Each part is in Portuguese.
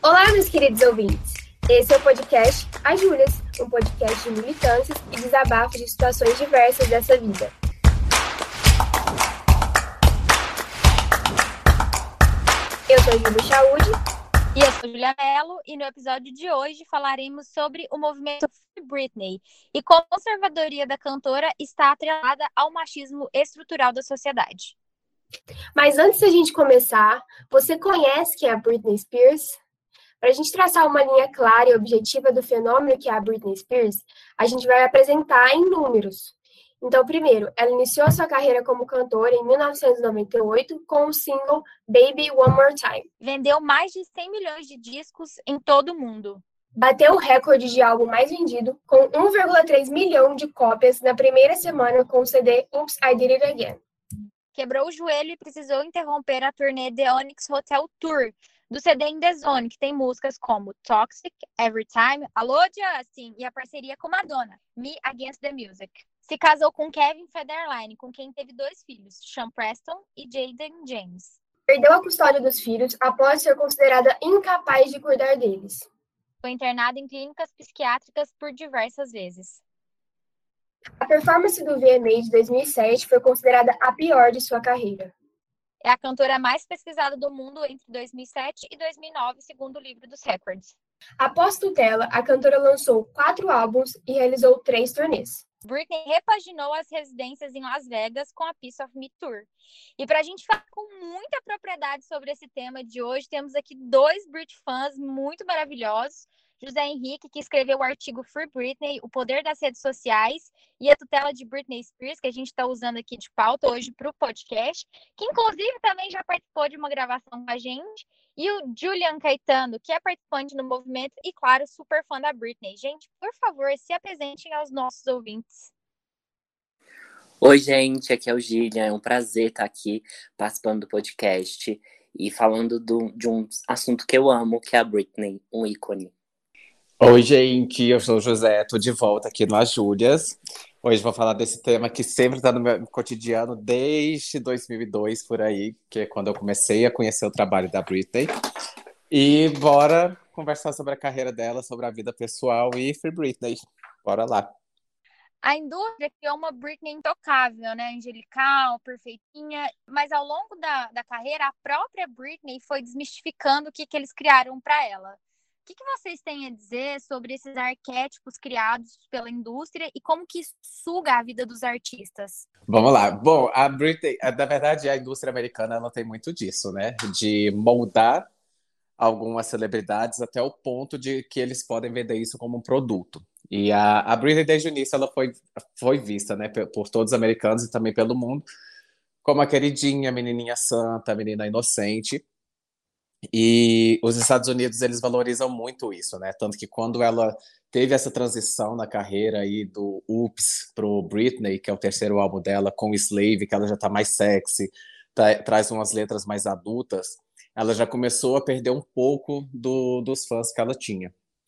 Olá, meus queridos ouvintes. Esse é o podcast As Júlias, um podcast de militâncias e desabafos de situações diversas dessa vida. Eu sou a Júlia Chaude. E eu sou Julia Mello, e no episódio de hoje falaremos sobre o movimento Free Britney e como a conservadoria da cantora está atrelada ao machismo estrutural da sociedade. Mas antes da gente começar, você conhece quem é a Britney Spears? Para a gente traçar uma linha clara e objetiva do fenômeno que é a Britney Spears, a gente vai apresentar em números. Então, primeiro, ela iniciou sua carreira como cantora em 1998 com o single Baby One More Time. Vendeu mais de 100 milhões de discos em todo o mundo. Bateu o recorde de álbum mais vendido, com 1,3 milhão de cópias na primeira semana com o CD Oops, I Did It Again. Quebrou o joelho e precisou interromper a turnê The Onyx Hotel Tour do CD In The Zone, que tem músicas como Toxic, Every Time, Alô Justin e a parceria com Madonna, Me Against the Music. Se casou com Kevin Federline, com quem teve 2 filhos, Sean Preston e Jaden James. Perdeu a custódia dos filhos após ser considerada incapaz de cuidar deles. Foi internada em clínicas psiquiátricas por diversas vezes. A performance do VMA de 2007 foi considerada a pior de sua carreira. É a cantora mais pesquisada do mundo entre 2007 e 2009, segundo o livro dos recordes. Após tutela, a cantora lançou 4 álbuns e realizou 3 turnês. Britney repaginou as residências em Las Vegas com a Piece of Me Tour. E para a gente falar com muita propriedade sobre esse tema de hoje, temos aqui 2 Brit fãs muito maravilhosos. José Henrique, que escreveu o artigo Free Britney, o poder das redes sociais e a tutela de Britney Spears, que a gente está usando aqui de pauta hoje para o podcast, que inclusive também já participou de uma gravação com a gente, e o Julian Caetano, que é participante no movimento e, claro, super fã da Britney. Gente, por favor, se apresentem aos nossos ouvintes. Oi, gente, aqui é o Gillian. É um prazer estar aqui participando do podcast e falando de um assunto que eu amo, que é a Britney, um ícone. Oi, gente, eu sou o José, tô de volta aqui no As Júlias. Hoje vou falar desse tema que sempre está no meu cotidiano desde 2002, por aí, que é quando eu comecei a conhecer o trabalho da Britney. E bora conversar sobre a carreira dela, sobre a vida pessoal e Free Britney. Bora lá. A indústria criou uma Britney intocável, né? Angelical, perfeitinha. Mas ao longo da carreira, a própria Britney foi desmistificando o que eles criaram para ela. O que vocês têm a dizer sobre esses arquétipos criados pela indústria e como que isso suga a vida dos artistas? Vamos lá. Bom, a Britney, na verdade, a indústria americana ela tem muito disso, né? De moldar algumas celebridades até o ponto de que eles podem vender isso como um produto. E a Britney, desde o início, ela foi vista, né, por todos os americanos e também pelo mundo como a queridinha, a menininha santa, a menina inocente. E os Estados Unidos, eles valorizam muito isso, né? Tanto que quando ela teve essa transição na carreira aí do Oops pro Britney, que é o terceiro álbum dela, com Slave, que ela já tá mais sexy, traz umas letras mais adultas, ela já começou a perder um pouco dos fãs que ela tinha.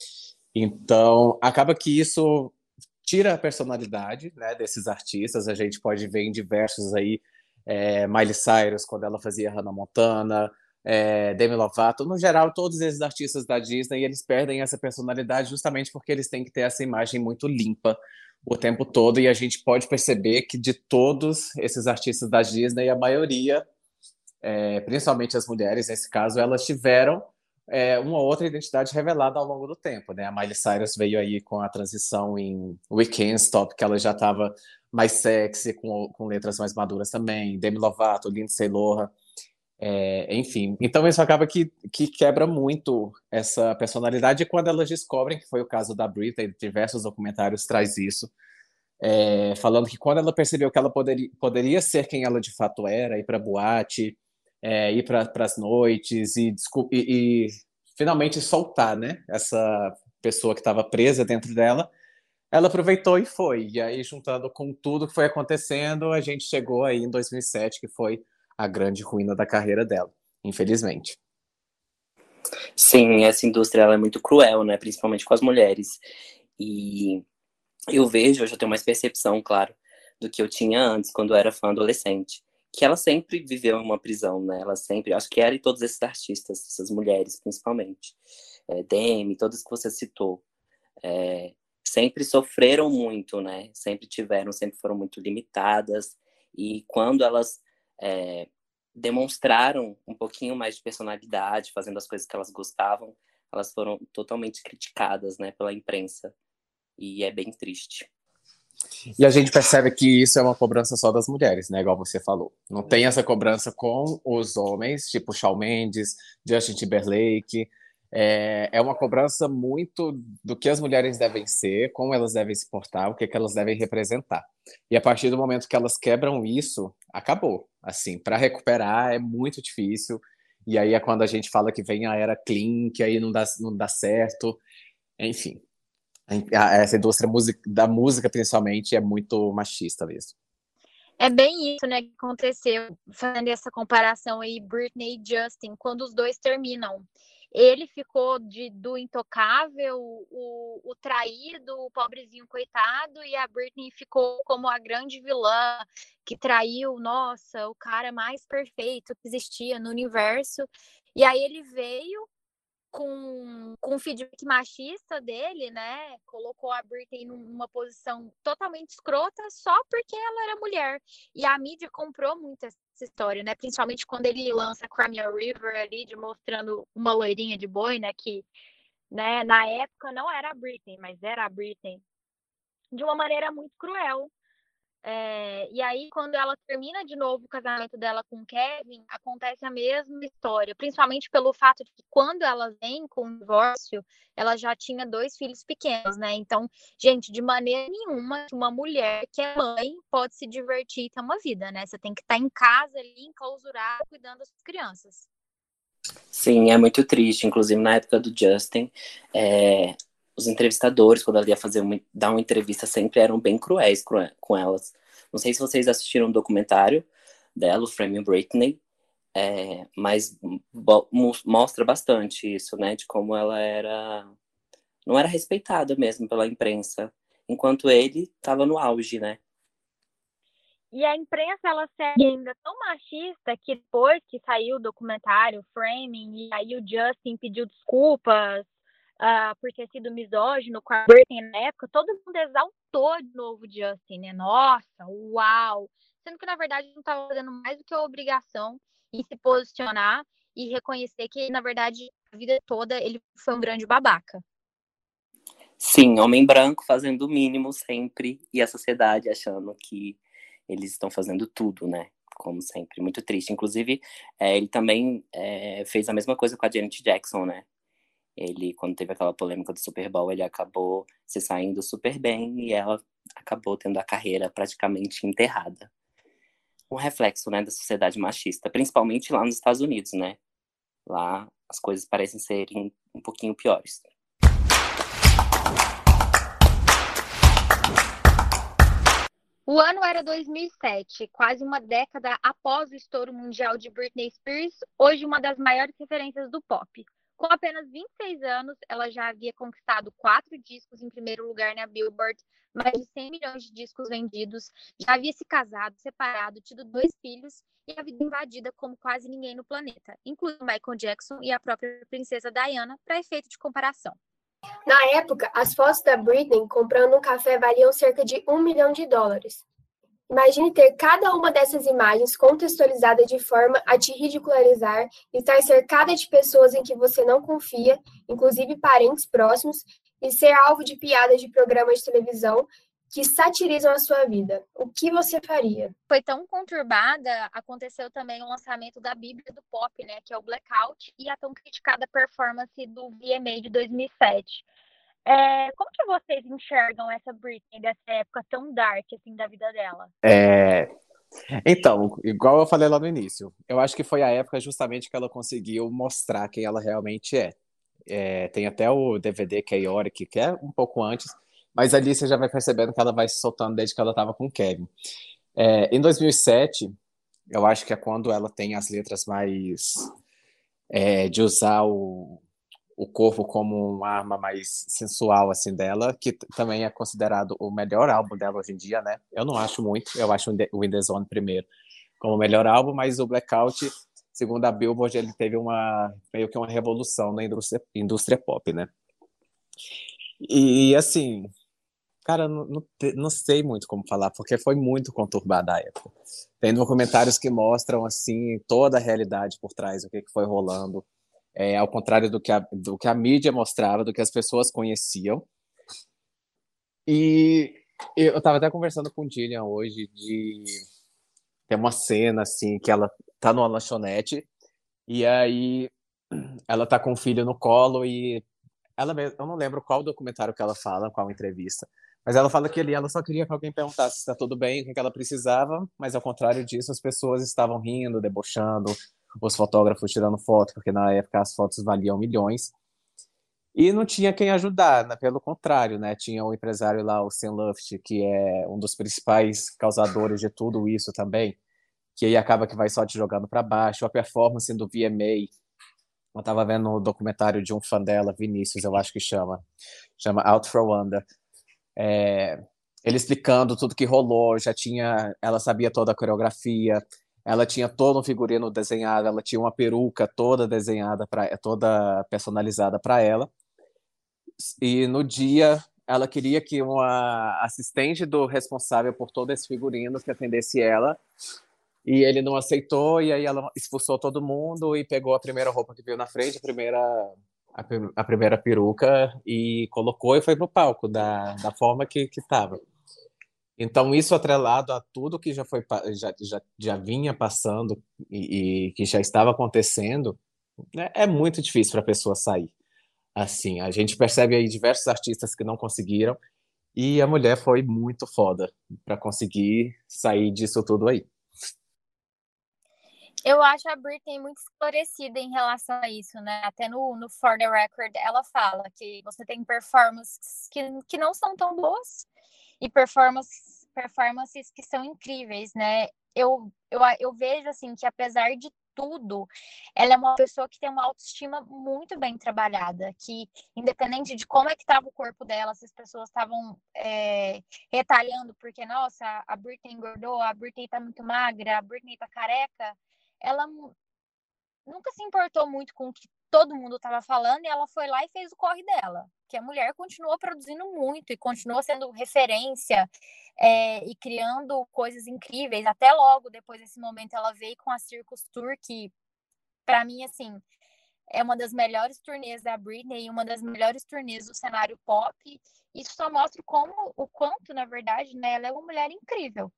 Então, acaba que isso tira a personalidade, né, desses artistas. A gente pode ver em diversos aí, Miley Cyrus, quando ela fazia Hannah Montana, Demi Lovato, no geral, todos esses artistas da Disney, eles perdem essa personalidade justamente porque eles têm que ter essa imagem muito limpa o tempo todo, e a gente pode perceber que de todos esses artistas da Disney, a maioria, principalmente as mulheres, nesse caso, elas tiveram uma outra identidade revelada ao longo do tempo, né? A Miley Cyrus veio aí com a transição em We Can't Stop, que ela já estava mais sexy, com letras mais maduras também, Demi Lovato, Lindsay Lohan, enfim, então isso acaba que quebra muito essa personalidade. E quando elas descobrem, que foi o caso da Britney, diversos documentários traz isso, falando que quando ela percebeu que ela poderia ser quem ela de fato era, ir para boate, ir para as noites e finalmente soltar, né, essa pessoa que estava presa dentro dela, ela aproveitou e foi. E aí, juntando com tudo que foi acontecendo, a gente chegou aí em 2007, que foi a grande ruína da carreira dela, infelizmente. Sim, essa indústria ela é muito cruel, né? Principalmente com as mulheres. E eu já tenho mais percepção, claro, do que eu tinha antes, quando eu era fã adolescente. que ela sempre viveu em uma prisão, né? Ela sempre, acho que ela e todos esses artistas, essas mulheres principalmente, Demi, todas que você citou, sempre sofreram muito, né? Sempre foram muito limitadas, e quando elas demonstraram um pouquinho mais de personalidade, fazendo as coisas que elas gostavam, elas foram totalmente criticadas, né, pela imprensa, e é bem triste. E a gente percebe que isso é uma cobrança só das mulheres, né? Igual você falou. Não tem essa cobrança com os homens, tipo Shawn Mendes, Justin Timberlake. É uma cobrança muito do que as mulheres devem ser, como elas devem se portar, o que elas devem representar. E a partir do momento que elas quebram isso, acabou. Assim, para recuperar é muito difícil. E aí é quando a gente fala que vem a era clean, que aí não dá certo. Enfim. Essa indústria da música, principalmente, é muito machista mesmo. É bem isso, né, que aconteceu, fazendo essa comparação aí, Britney e Justin, quando os dois terminam. Ele ficou do intocável, o traído, o pobrezinho coitado, e a Britney ficou como a grande vilã que traiu, nossa, o cara mais perfeito que existia no universo. E aí ele veio com o feedback machista dele, né? Colocou a Britney numa posição totalmente escrota só porque ela era mulher. E a mídia comprou muito essa história, né? Principalmente quando ele lança Crimea River ali, mostrando uma loirinha de boi, né? Que, né, na época não era a Britney, mas era a Britney. De uma maneira muito cruel. E aí, quando ela termina de novo o casamento dela com o Kevin, acontece a mesma história, principalmente pelo fato de que quando ela vem com o divórcio, ela já tinha 2 filhos pequenos, né? Então, gente, de maneira nenhuma uma mulher que é mãe pode se divertir e ter uma vida, né? Você tem que estar em casa ali, enclausurada, cuidando das crianças. Sim, é muito triste. Inclusive, na época do Justin, os entrevistadores, quando ela ia dar uma entrevista, sempre eram bem cruéis com elas. Não sei se vocês assistiram um documentário dela, o Framing Britney, mas mostra bastante isso, né? De como ela não era respeitada mesmo pela imprensa, enquanto ele estava no auge, né? E a imprensa, ela segue ainda tão machista que depois que saiu o documentário Framing, e aí o Justin pediu desculpas por ter sido misógino com a Britney na época, todo mundo exaltou de novo o Justin, né? Nossa, uau! Sendo que, na verdade, não estava fazendo mais do que a obrigação em se posicionar e reconhecer que, na verdade, a vida toda ele foi um grande babaca. Sim, homem branco fazendo o mínimo sempre, e a sociedade achando que eles estão fazendo tudo, né? Como sempre, muito triste. Inclusive, ele também fez a mesma coisa com a Janet Jackson, né? Ele, quando teve aquela polêmica do Super Bowl, ele acabou se saindo super bem e ela acabou tendo a carreira praticamente enterrada. Um reflexo, né, da sociedade machista, principalmente lá nos Estados Unidos, né? Lá as coisas parecem serem um pouquinho piores. O ano era 2007, quase uma década após o estouro mundial de Britney Spears, hoje uma das maiores referências do pop. Com apenas 26 anos, ela já havia conquistado 4 discos em primeiro lugar na Billboard, mais de 100 milhões de discos vendidos, já havia se casado, separado, tido 2 filhos e a vida invadida como quase ninguém no planeta, incluindo Michael Jackson e a própria princesa Diana, para efeito de comparação. Na época, as fotos da Britney comprando um café valiam cerca de $1 milhão. Imagine ter cada uma dessas imagens contextualizada de forma a te ridicularizar e estar cercada de pessoas em que você não confia, inclusive parentes próximos, e ser alvo de piadas de programas de televisão que satirizam a sua vida. O que você faria? Foi tão conturbada, aconteceu também o lançamento da Bíblia do Pop, né, que é o Blackout, e a tão criticada performance do VMA de 2007. Como que vocês enxergam essa Britney dessa época tão dark, assim, da vida dela? Então, igual eu falei lá no início, eu acho que foi a época justamente que ela conseguiu mostrar quem ela realmente é. Tem até o DVD Chaotic, que é um pouco antes, mas ali você já vai percebendo que ela vai se soltando desde que ela estava com o Kevin. Em 2007, eu acho que é quando ela tem as letras mais de usar o corpo como uma arma mais sensual assim dela, que também é considerado o melhor álbum dela hoje em dia, né? Eu não acho muito, eu acho o In The Zone primeiro como melhor álbum, mas o Blackout, segundo a Billboard, ele teve meio que uma revolução na indústria pop, né? E assim, cara, não sei muito como falar, porque foi muito conturbada a época. Tem documentários que mostram, assim, toda a realidade por trás, o que foi rolando, ao contrário do que a mídia mostrava, do que as pessoas conheciam. E eu estava até conversando com o Gillian hoje de ter uma cena, assim, que ela tá numa lanchonete, e aí ela tá com o filho no colo e eu não lembro qual documentário que ela fala, qual entrevista, mas ela fala que ali ela só queria que alguém perguntasse se está tudo bem, o que ela precisava, mas ao contrário disso, as pessoas estavam rindo, debochando, os fotógrafos tirando foto, porque na época as fotos valiam milhões, e não tinha quem ajudar, né? Pelo contrário, né? Tinha o empresário lá, o Sam Luft, que é um dos principais causadores de tudo isso também, que aí acaba que vai só te jogando para baixo, a performance do VMA. Eu estava vendo um documentário de um fã dela, Vinícius, eu acho que chama Out for Wonder. Ele explicando tudo que rolou, ela sabia toda a coreografia, ela tinha todo um figurino desenhado, ela tinha uma peruca toda desenhada, toda personalizada para ela. E no dia, ela queria que uma assistente do responsável por todo esse figurino que atendesse ela, e ele não aceitou, e aí ela expulsou todo mundo e pegou a primeira roupa que veio na frente, a primeira peruca, e colocou e foi pro palco, da forma que estava. Então, isso atrelado a tudo que já vinha passando e que já estava acontecendo, né, é muito difícil para a pessoa sair. Assim, a gente percebe aí diversos artistas que não conseguiram, e a mulher foi muito foda para conseguir sair disso tudo aí. Eu acho a Britney muito esclarecida em relação a isso, né? Até no For the Record ela fala que você tem performances que não são tão boas e performances que são incríveis, né? Eu vejo assim que apesar de tudo, ela é uma pessoa que tem uma autoestima muito bem trabalhada, que independente de como é que estava o corpo dela, se as pessoas estavam retalhando porque, nossa, a Britney engordou, a Britney tá muito magra, a Britney tá careca, ela nunca se importou muito com o que todo mundo estava falando e ela foi lá e fez o corre dela. Que a mulher continuou produzindo muito e continuou sendo referência e criando coisas incríveis. Até logo depois desse momento ela veio com a Circus Tour, que para mim, assim, é uma das melhores turnês da Britney e uma das melhores turnês do cenário pop. Isso só mostra o quanto, na verdade, né, ela é uma mulher incrível.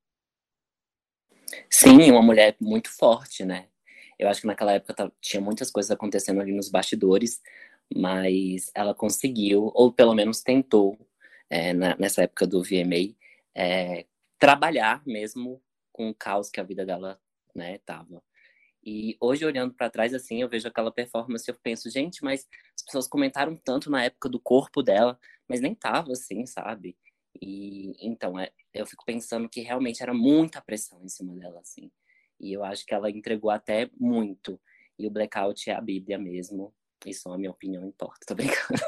Sim, uma mulher muito forte, né? Eu acho que naquela época tinha muitas coisas acontecendo ali nos bastidores, mas ela conseguiu, ou pelo menos tentou, nessa época do VMA, trabalhar mesmo com o caos que a vida dela, né, tava. E hoje, olhando para trás, assim, eu vejo aquela performance e eu penso, gente, mas as pessoas comentaram tanto na época do corpo dela, mas nem tava assim, sabe? E então, eu fico pensando que realmente era muita pressão em cima dela, assim. E eu acho que ela entregou até muito. E o Blackout é a Bíblia mesmo. E só a minha opinião importa, tô brincando.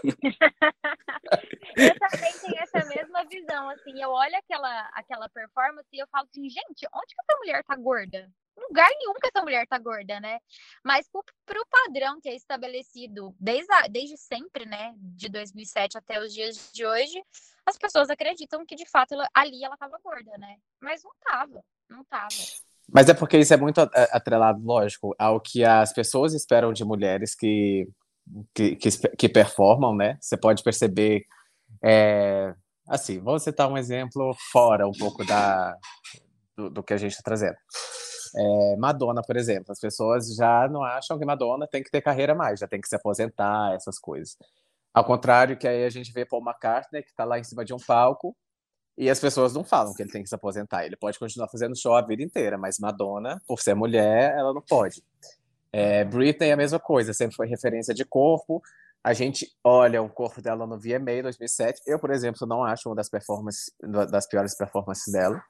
Eu também tenho essa mesma visão, assim. Eu olho aquela performance e eu falo assim, gente, onde que essa mulher tá gorda? Em lugar nenhum que essa mulher tá gorda, né? Mas pro padrão que é estabelecido desde sempre, né? De 2007 até os dias de hoje, as pessoas acreditam que, de fato, ali ela tava gorda, né? Mas não tava. Mas é porque isso é muito atrelado, lógico, ao que as pessoas esperam de mulheres que performam, né? Você pode perceber, assim, vou citar um exemplo fora um pouco do que a gente está trazendo. Madonna, por exemplo, as pessoas já não acham que Madonna tem que ter carreira mais, já tem que se aposentar, essas coisas. Ao contrário, que aí a gente vê Paul McCartney, que está lá em cima de um palco, e as pessoas não falam que ele tem que se aposentar. Ele pode continuar fazendo show a vida inteira, mas Madonna, por ser mulher, ela não pode. Britney é a mesma coisa, sempre foi referência de corpo. A gente olha o corpo dela no VMA 2007. Eu, por exemplo, não acho uma das piores performances dela.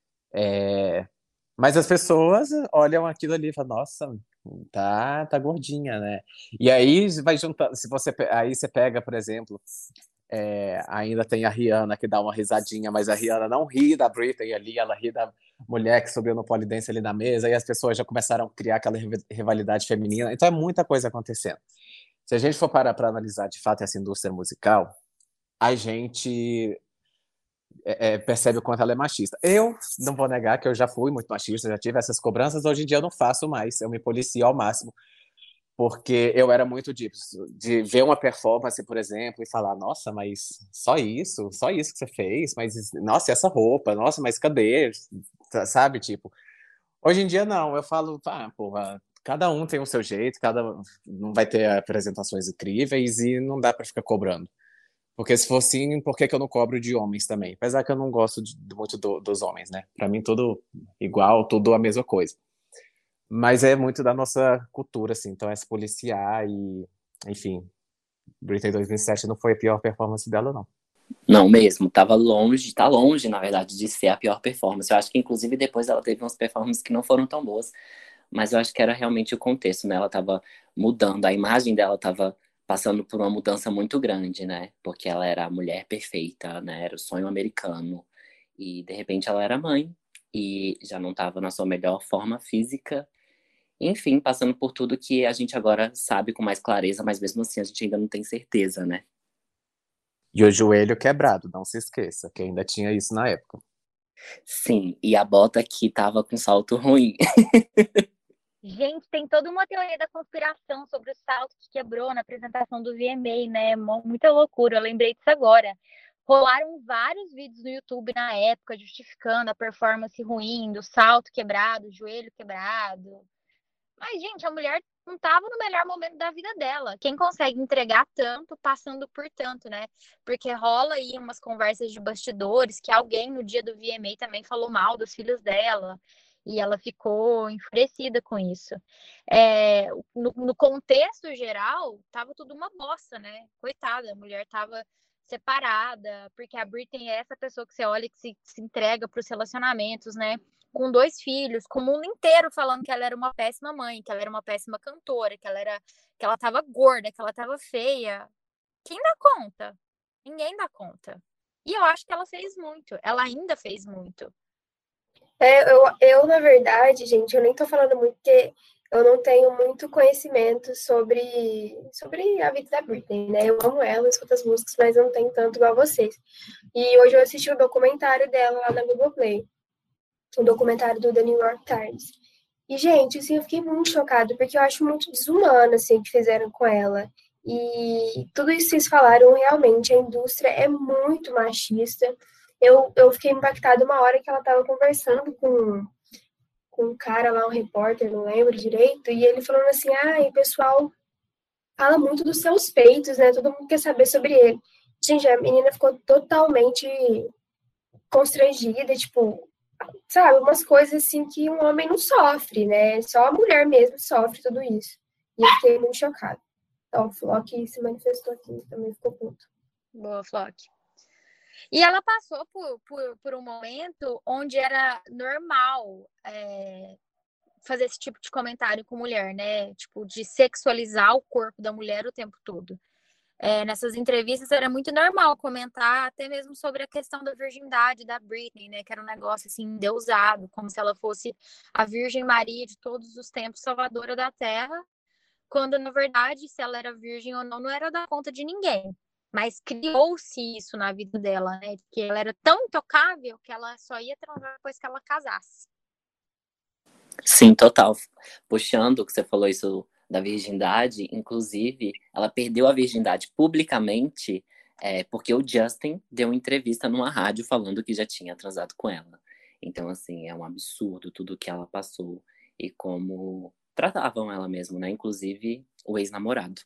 Mas as pessoas olham aquilo ali e falam, nossa, tá gordinha, né? E aí vai juntar, aí você pega, por exemplo, ainda tem a Rihanna que dá uma risadinha, mas a Rihanna não ri da Britney ali, ela ri mulher que subiu no pole dance ali na mesa, e as pessoas já começaram a criar aquela rivalidade feminina. Então é muita coisa acontecendo. Se a gente for parar para analisar de fato essa indústria musical, a gente percebe o quanto ela é machista. Eu não vou negar que eu já fui muito machista, já tive essas cobranças, hoje em dia eu não faço mais, eu me policio ao máximo, porque eu era muito de ver uma performance, por exemplo, e falar, nossa, mas só isso que você fez, mas, nossa, e essa roupa, nossa, mas cadê? Sabe, tipo, hoje em dia não, eu falo, porra, cada um tem o seu jeito, não vai ter apresentações incríveis e não dá pra ficar cobrando. Porque se for assim, por que que eu não cobro de homens também? Apesar que eu não gosto muito dos homens, né? Pra mim, tudo igual, tudo a mesma coisa. Mas é muito da nossa cultura, assim. Então é se policiar e... Enfim, Britney 2007 não foi a pior performance dela, não. Não mesmo, tá longe, na verdade, de ser a pior performance. Eu acho que, inclusive, depois ela teve umas performances que não foram tão boas, mas eu acho que era realmente o contexto, né? Ela tava mudando, a imagem dela tava passando por uma mudança muito grande, né? Porque ela era a mulher perfeita, né? Era o sonho americano. E, de repente, ela era mãe e já não tava na sua melhor forma física. Enfim, passando por tudo que a gente agora sabe com mais clareza, mas mesmo assim a gente ainda não tem certeza, né? E o joelho quebrado, não se esqueça, que ainda tinha isso na época. Sim, e a bota aqui tava com salto ruim. Gente, tem toda uma teoria da conspiração sobre o salto que quebrou na apresentação do VMA, né? Muita loucura, eu lembrei disso agora. Rolaram vários vídeos no YouTube na época justificando a performance ruim, do salto quebrado, joelho quebrado. Mas, gente, a mulher não estava no melhor momento da vida dela. Quem consegue entregar tanto passando por tanto, né? Porque rola aí umas conversas de bastidores que alguém no dia do VMA também falou mal dos filhos dela. E ela ficou enfurecida com isso. No contexto geral, tava tudo uma bosta, né? Coitada, a mulher tava separada, porque a Britney é essa pessoa que você olha que se entrega para os relacionamentos, né? Com 2 filhos, com o mundo inteiro falando que ela era uma péssima mãe, que ela era uma péssima cantora, que ela tava gorda, que ela tava feia. Quem dá conta? Ninguém dá conta. E eu acho que ela fez muito. Ela ainda fez muito. Na verdade, gente, eu nem tô falando muito porque eu não tenho muito conhecimento sobre a vida da Britney, né? Eu amo ela, escuto as músicas, mas eu não tenho tanto igual vocês. E hoje eu assisti o documentário dela lá na Globoplay, um documentário do The New York Times. E, gente, assim, eu fiquei muito chocada, porque eu acho muito desumano, assim, o que fizeram com ela. E tudo isso que vocês falaram, realmente, a indústria é muito machista. Eu fiquei impactada uma hora que ela estava conversando com um cara lá, um repórter, não lembro direito, e ele falando assim, o pessoal fala muito dos seus peitos, né? Todo mundo quer saber sobre ele. Gente, a menina ficou totalmente constrangida, tipo, sabe, umas coisas assim que um homem não sofre, né? Só a mulher mesmo sofre tudo isso. E eu fiquei muito chocada. Então, o Flock se manifestou aqui, também ficou puto. Boa, Flock. E ela passou por um momento onde era normal fazer esse tipo de comentário com mulher, né? Tipo, de sexualizar o corpo da mulher o tempo todo. Nessas entrevistas era muito normal comentar até mesmo sobre a questão da virgindade da Britney, né? Que era um negócio assim, endeusado, como se ela fosse a Virgem Maria de todos os tempos, salvadora da Terra, quando na verdade, se ela era virgem ou não, não era da conta de ninguém. Mas criou-se isso na vida dela, né? Que ela era tão intocável que ela só ia transar depois que ela casasse. Sim, total. Puxando o que você falou isso da virgindade, inclusive, ela perdeu a virgindade publicamente porque o Justin deu uma entrevista numa rádio falando que já tinha transado com ela. Então, assim, é um absurdo tudo que ela passou e como tratavam ela mesmo, né? Inclusive o ex-namorado.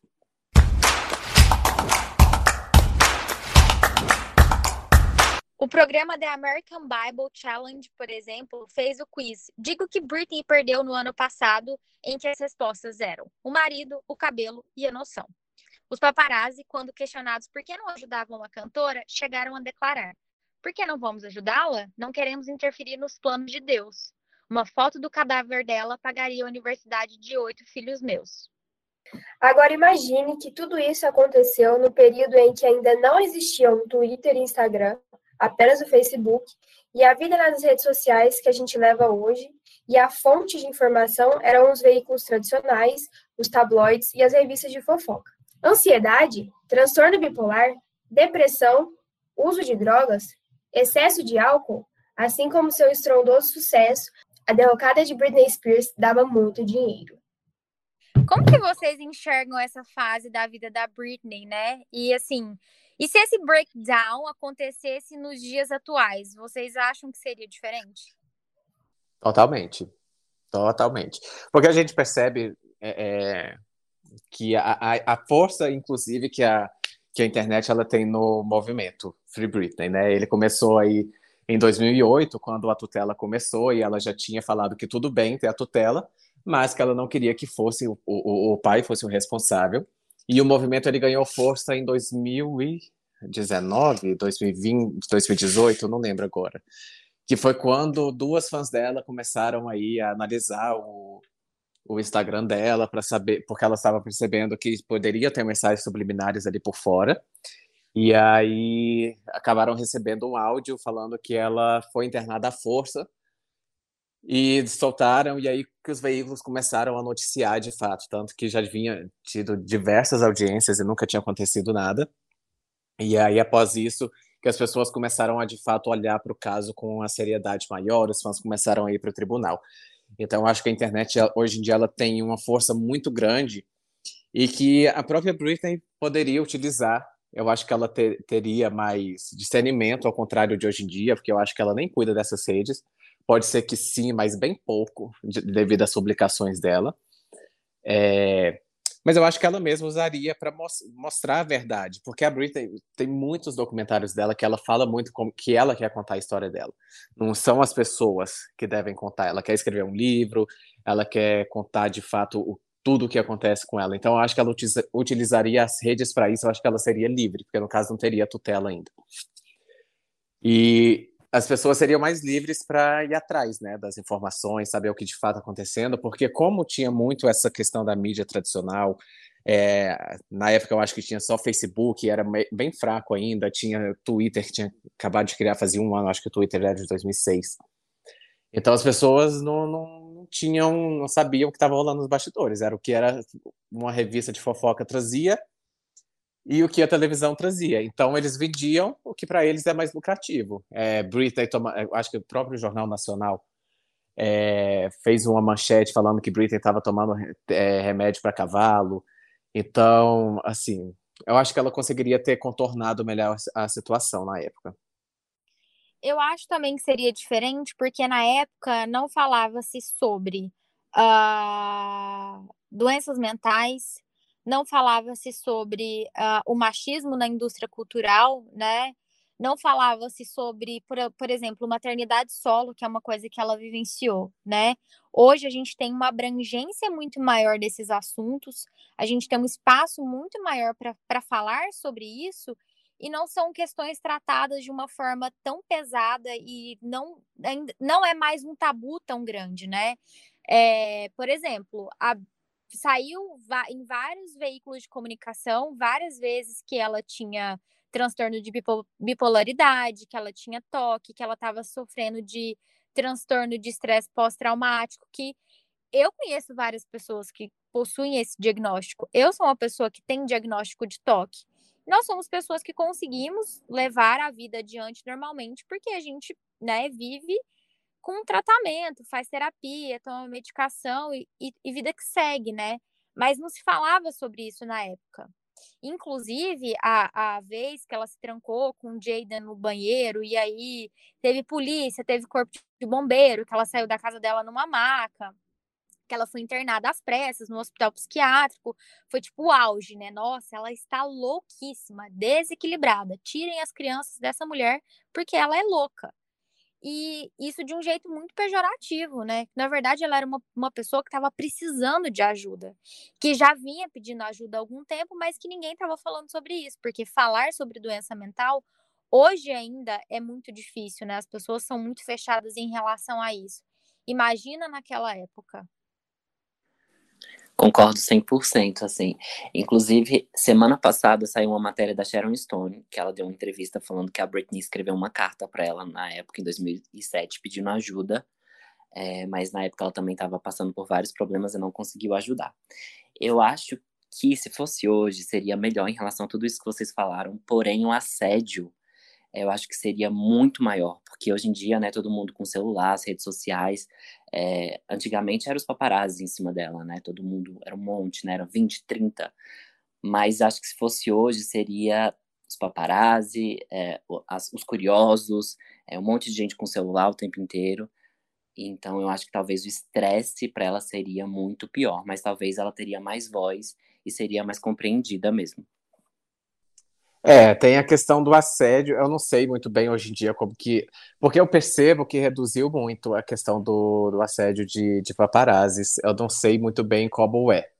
O programa The American Bible Challenge, por exemplo, fez o quiz Diga o que Britney perdeu no ano passado, em que as respostas eram o marido, o cabelo e a noção. Os paparazzi, quando questionados por que não ajudavam a cantora, chegaram a declarar: por que não vamos ajudá-la? Não queremos interferir nos planos de Deus. Uma foto do cadáver dela pagaria a universidade de 8 filhos meus. Agora imagine que tudo isso aconteceu no período em que ainda não existiam Twitter e Instagram, apenas o Facebook, e a vida nas redes sociais que a gente leva hoje, e a fonte de informação eram os veículos tradicionais, os tabloides e as revistas de fofoca. Ansiedade, transtorno bipolar, depressão, uso de drogas, excesso de álcool, assim como seu estrondoso sucesso, a derrocada de Britney Spears dava muito dinheiro. Como que vocês enxergam essa fase da vida da Britney, né? E assim, e se esse breakdown acontecesse nos dias atuais, vocês acham que seria diferente? Totalmente. Totalmente. Porque a gente percebe que a força, inclusive, que a internet ela tem no movimento Free Britney, né? Ele começou aí em 2008, quando a tutela começou, e ela já tinha falado que tudo bem ter a tutela, mas que ela não queria que fosse o pai fosse o responsável. E o movimento ele ganhou força em 2019, 2020, 2018, não lembro agora. Que foi quando duas fãs dela começaram aí a analisar o Instagram dela para saber, porque ela estava percebendo que poderia ter mensagens subliminares ali por fora. E aí acabaram recebendo um áudio falando que ela foi internada à força e soltaram, e aí que os veículos começaram a noticiar de fato, tanto que já vinha tido diversas audiências e nunca tinha acontecido nada. E aí, após isso, que as pessoas começaram a, de fato, olhar para o caso com uma seriedade maior, os fãs começaram a ir para o tribunal. Então, eu acho que a internet, hoje em dia, ela tem uma força muito grande e que a própria Britney poderia utilizar. Eu acho que ela teria mais discernimento, ao contrário de hoje em dia, porque eu acho que ela nem cuida dessas redes. Pode ser que sim, mas bem pouco, devido às publicações dela. Mas eu acho que ela mesma usaria para mostrar a verdade, porque a Britney tem muitos documentários dela que ela fala muito como que ela quer contar a história dela. Não são as pessoas que devem contar. Ela quer escrever um livro, ela quer contar de fato tudo o que acontece com ela. Então eu acho que ela utilizaria as redes para isso. Eu acho que ela seria livre, porque no caso não teria tutela ainda. E as pessoas seriam mais livres para ir atrás, né, das informações, saber o que de fato está acontecendo, porque como tinha muito essa questão da mídia tradicional, na época eu acho que tinha só Facebook, era bem fraco ainda, tinha Twitter que tinha acabado de criar fazia um ano, acho que o Twitter era de 2006. Então as pessoas não tinham, não sabiam o que estava rolando nos bastidores, era o que era uma revista de fofoca trazia e o que a televisão trazia. Então, eles vendiam o que para eles é mais lucrativo. Britney, acho que o próprio Jornal Nacional fez uma manchete falando que Britney estava tomando remédio para cavalo. Então, assim, eu acho que ela conseguiria ter contornado melhor a situação na época. Eu acho também que seria diferente, porque na época não falava-se sobre doenças mentais, não falava-se sobre o machismo na indústria cultural, né? Não falava-se sobre, por exemplo, maternidade solo, que é uma coisa que ela vivenciou, né? Hoje a gente tem uma abrangência muito maior desses assuntos, a gente tem um espaço muito maior para falar sobre isso, e não são questões tratadas de uma forma tão pesada e não é mais um tabu tão grande, né? Por exemplo, saiu em vários veículos de comunicação várias vezes que ela tinha transtorno de bipolaridade, que ela tinha toque, que ela estava sofrendo de transtorno de estresse pós-traumático, que eu conheço várias pessoas que possuem esse diagnóstico. Eu sou uma pessoa que tem diagnóstico de toque. Nós somos pessoas que conseguimos levar a vida adiante normalmente, porque a gente, né, vive com tratamento, faz terapia, toma medicação e vida que segue, né? Mas não se falava sobre isso na época. Inclusive, a vez que ela se trancou com o Jayden no banheiro, e aí teve polícia, teve corpo de bombeiro, que ela saiu da casa dela numa maca, que ela foi internada às pressas no hospital psiquiátrico, foi tipo o auge, né? Nossa, ela está louquíssima, desequilibrada. Tirem as crianças dessa mulher, porque ela é louca. E isso de um jeito muito pejorativo, né? Na verdade, ela era uma pessoa que estava precisando de ajuda, que já vinha pedindo ajuda há algum tempo, mas que ninguém estava falando sobre isso, porque falar sobre doença mental hoje ainda é muito difícil, né? As pessoas são muito fechadas em relação a isso. Imagina naquela época. Concordo 100%, assim. Inclusive, semana passada saiu uma matéria da Sharon Stone, que ela deu uma entrevista falando que a Britney escreveu uma carta para ela na época, em 2007, pedindo ajuda, mas na época ela também estava passando por vários problemas e não conseguiu ajudar. Eu acho que se fosse hoje, seria melhor em relação a tudo isso que vocês falaram, porém o assédio eu acho que seria muito maior, porque hoje em dia, né, todo mundo com celular, as redes sociais, antigamente eram os paparazzi em cima dela, né, todo mundo, era um monte, né, eram 20, 30, mas acho que se fosse hoje, seria os paparazzi, os curiosos, um monte de gente com celular o tempo inteiro, então eu acho que talvez o estresse para ela seria muito pior, mas talvez ela teria mais voz e seria mais compreendida mesmo. Tem a questão do assédio. Eu não sei muito bem hoje em dia como que. Porque eu percebo que reduziu muito a questão do assédio de paparazzis. Eu não sei muito bem como é.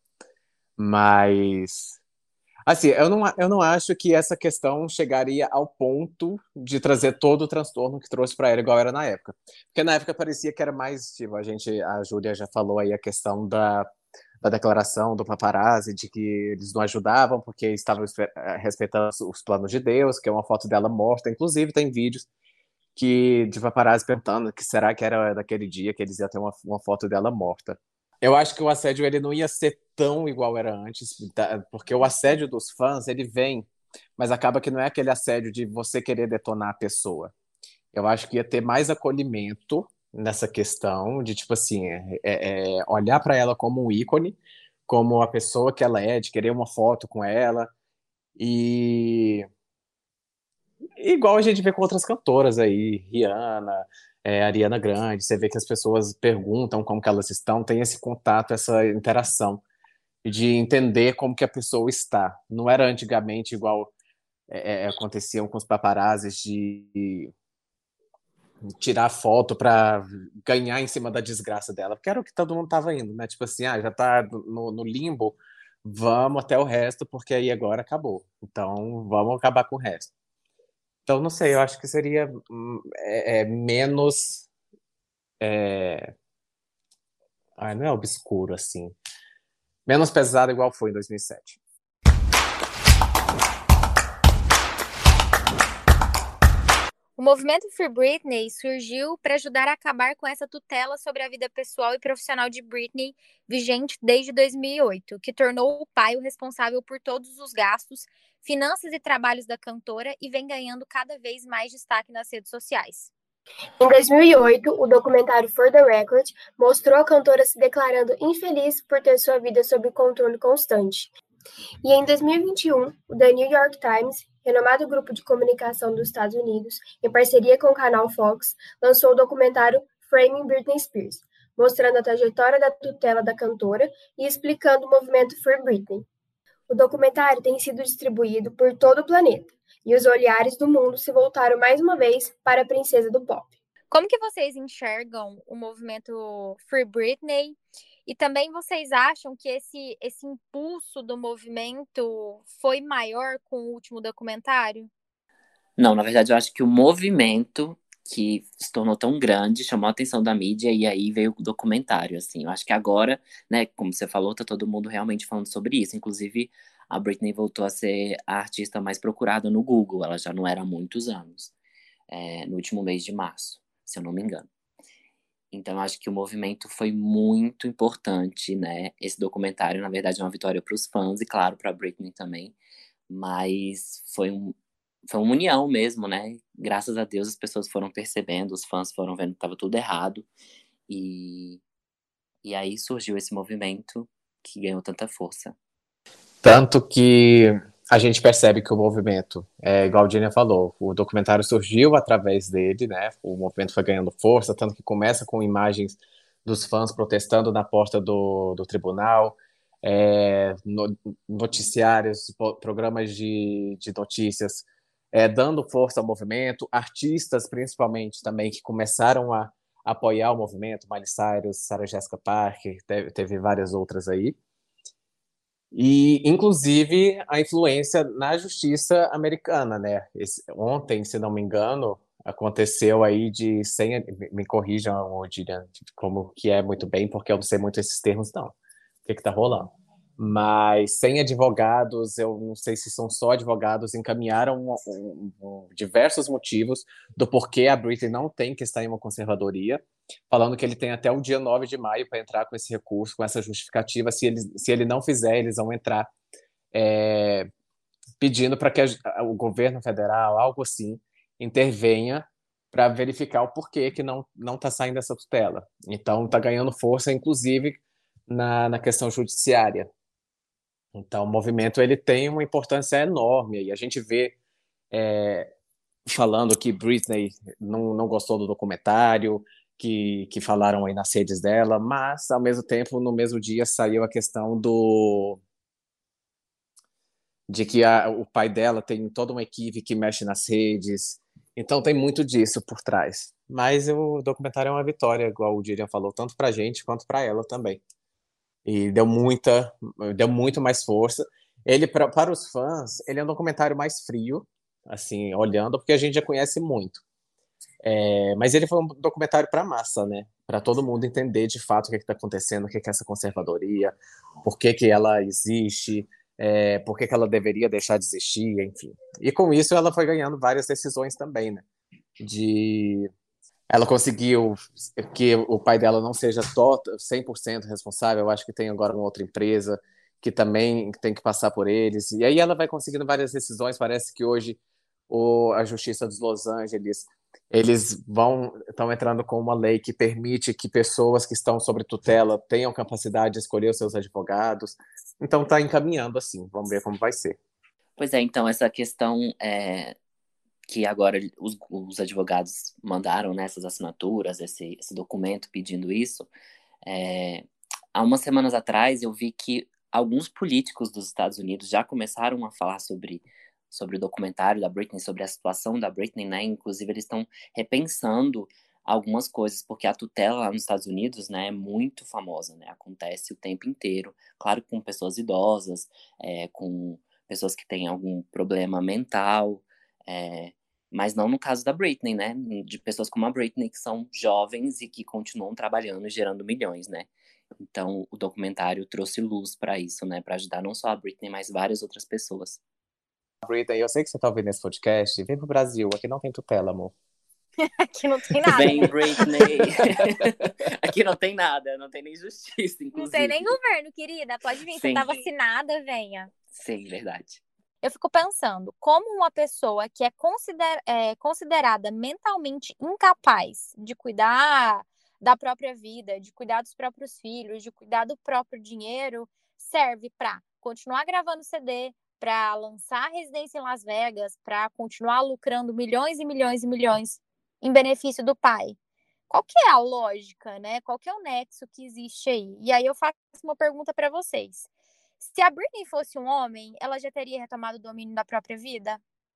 Mas. Assim, eu não acho que essa questão chegaria ao ponto de trazer todo o transtorno que trouxe para ela, igual era na época. Porque na época parecia que era mais, tipo, a Júlia já falou aí a questão da declaração do paparazzi de que eles não ajudavam porque estavam respeitando os planos de Deus, que é uma foto dela morta. Inclusive, tem vídeos de paparazzi perguntando que será que era daquele dia que eles iam ter uma foto dela morta. Eu acho que o assédio ele não ia ser tão igual era antes, porque o assédio dos fãs ele vem, mas acaba que não é aquele assédio de você querer detonar a pessoa. Eu acho que ia ter mais acolhimento nessa questão de, tipo assim, olhar para ela como um ícone, como a pessoa que ela é, de querer uma foto com ela. E igual a gente vê com outras cantoras aí, Rihanna, Ariana Grande, você vê que as pessoas perguntam como que elas estão, tem esse contato, essa interação de entender como que a pessoa está. Não era antigamente igual aconteciam com os paparazzis de tirar foto para ganhar em cima da desgraça dela, porque era o que todo mundo tava indo, né? Tipo assim, já tá no limbo, vamos até o resto, porque aí agora acabou. Então, vamos acabar com o resto. Então, não sei, eu acho que seria menos. Não é obscuro assim. Menos pesado igual foi em 2007. O movimento Free Britney surgiu para ajudar a acabar com essa tutela sobre a vida pessoal e profissional de Britney, vigente desde 2008, que tornou o pai o responsável por todos os gastos, finanças e trabalhos da cantora e vem ganhando cada vez mais destaque nas redes sociais. Em 2008, o documentário For the Record mostrou a cantora se declarando infeliz por ter sua vida sob controle constante. E em 2021, o The New York Times, renomado grupo de comunicação dos Estados Unidos, em parceria com o canal Fox, lançou o documentário Framing Britney Spears, mostrando a trajetória da tutela da cantora e explicando o movimento Free Britney. O documentário tem sido distribuído por todo o planeta, e os olhares do mundo se voltaram mais uma vez para a princesa do pop. Como que vocês enxergam o movimento Free Britney? E também vocês acham que esse impulso do movimento foi maior com o último documentário? Não, na verdade, eu acho que o movimento que se tornou tão grande chamou a atenção da mídia e aí veio o documentário, assim. Eu acho que agora, né, como você falou, tá todo mundo realmente falando sobre isso. Inclusive, a Britney voltou a ser a artista mais procurada no Google. Ela já não era há muitos anos, no último mês de março, se eu não me engano. Então, eu acho que o movimento foi muito importante, né? Esse documentário, na verdade, é uma vitória para os fãs e, claro, para a Britney também. Mas foi uma união mesmo, né? Graças a Deus as pessoas foram percebendo, os fãs foram vendo que estava tudo errado. E aí surgiu esse movimento que ganhou tanta força. Tanto que a gente percebe que o movimento, igual a Dina falou, o documentário surgiu através dele, né? O movimento foi ganhando força, tanto que começa com imagens dos fãs protestando na porta do tribunal, noticiários, programas de notícias, dando força ao movimento, artistas principalmente também que começaram a apoiar o movimento, Miley Cyrus, Sarah Jessica Parker, teve várias outras aí. E, inclusive, a influência na justiça americana, né? Ontem, se não me engano, aconteceu aí de 100... Me corrijam, Dilian, como que é muito bem, porque eu não sei muito esses termos, não. que está rolando. Mas sem advogados, eu não sei se são só advogados, encaminharam diversos motivos do porquê a Britney não tem que estar em uma conservadoria, falando que ele tem até o dia 9 de maio para entrar com esse recurso, com essa justificativa. Se ele não fizer, eles vão entrar pedindo para que o governo federal, algo assim, intervenha para verificar o porquê que não está saindo essa tutela. Então, está ganhando força, inclusive, na questão judiciária. Então, o movimento ele tem uma importância enorme. E a gente vê falando que Britney não gostou do documentário, que falaram aí nas redes dela, mas, ao mesmo tempo, no mesmo dia, saiu a questão de que o pai dela tem toda uma equipe que mexe nas redes. Então, tem muito disso por trás. Mas o documentário é uma vitória, igual o Dirian falou, tanto pra gente quanto pra ela também. E deu muito mais força. Ele, para os fãs, ele é um documentário mais frio, assim, olhando, porque a gente já conhece muito. Mas ele foi um documentário para massa, né? Para todo mundo entender de fato o que está acontecendo, o que é essa conservadoria, por que ela existe, por que ela deveria deixar de existir, enfim. E com isso ela foi ganhando várias decisões também, né? Ela conseguiu que o pai dela não seja 100% responsável. Eu acho que tem agora uma outra empresa que também tem que passar por eles. E aí ela vai conseguindo várias decisões. Parece que hoje a Justiça dos Los Angeles, eles estão entrando com uma lei que permite que pessoas que estão sob tutela tenham capacidade de escolher os seus advogados. Então está encaminhando assim. Vamos ver como vai ser. Pois é, então essa questão que agora os advogados mandaram, né, essas assinaturas, esse documento pedindo isso. Há umas semanas atrás eu vi que alguns políticos dos Estados Unidos já começaram a falar sobre o documentário da Britney, sobre a situação da Britney, né? Inclusive eles estão repensando algumas coisas, porque a tutela lá nos Estados Unidos, né, é muito famosa, né? Acontece o tempo inteiro, claro, com pessoas idosas, com pessoas que têm algum problema mental, mas não no caso da Britney, né? De pessoas como a Britney, que são jovens e que continuam trabalhando e gerando milhões, né? Então, o documentário trouxe luz para isso, né? Para ajudar não só a Britney, mas várias outras pessoas. Britney, eu sei que você tá ouvindo esse podcast. Vem pro Brasil, aqui não tem tutela, amor. Aqui não tem nada. Vem, Britney! Aqui não tem nada, não tem nem justiça, inclusive. Não tem nem governo, querida. Pode vir, Sim. você tá vacinada, venha. Sim, verdade. Eu fico pensando, como uma pessoa que é considerada mentalmente incapaz de cuidar da própria vida, de cuidar dos próprios filhos, de cuidar do próprio dinheiro, serve para continuar gravando CD, para lançar residência em Las Vegas, para continuar lucrando milhões e milhões e milhões em benefício do pai. Qual que é a lógica, né? Qual que é o nexo que existe aí? E aí eu faço uma pergunta para vocês. Se a Britney fosse um homem, ela já teria retomado o domínio da própria vida?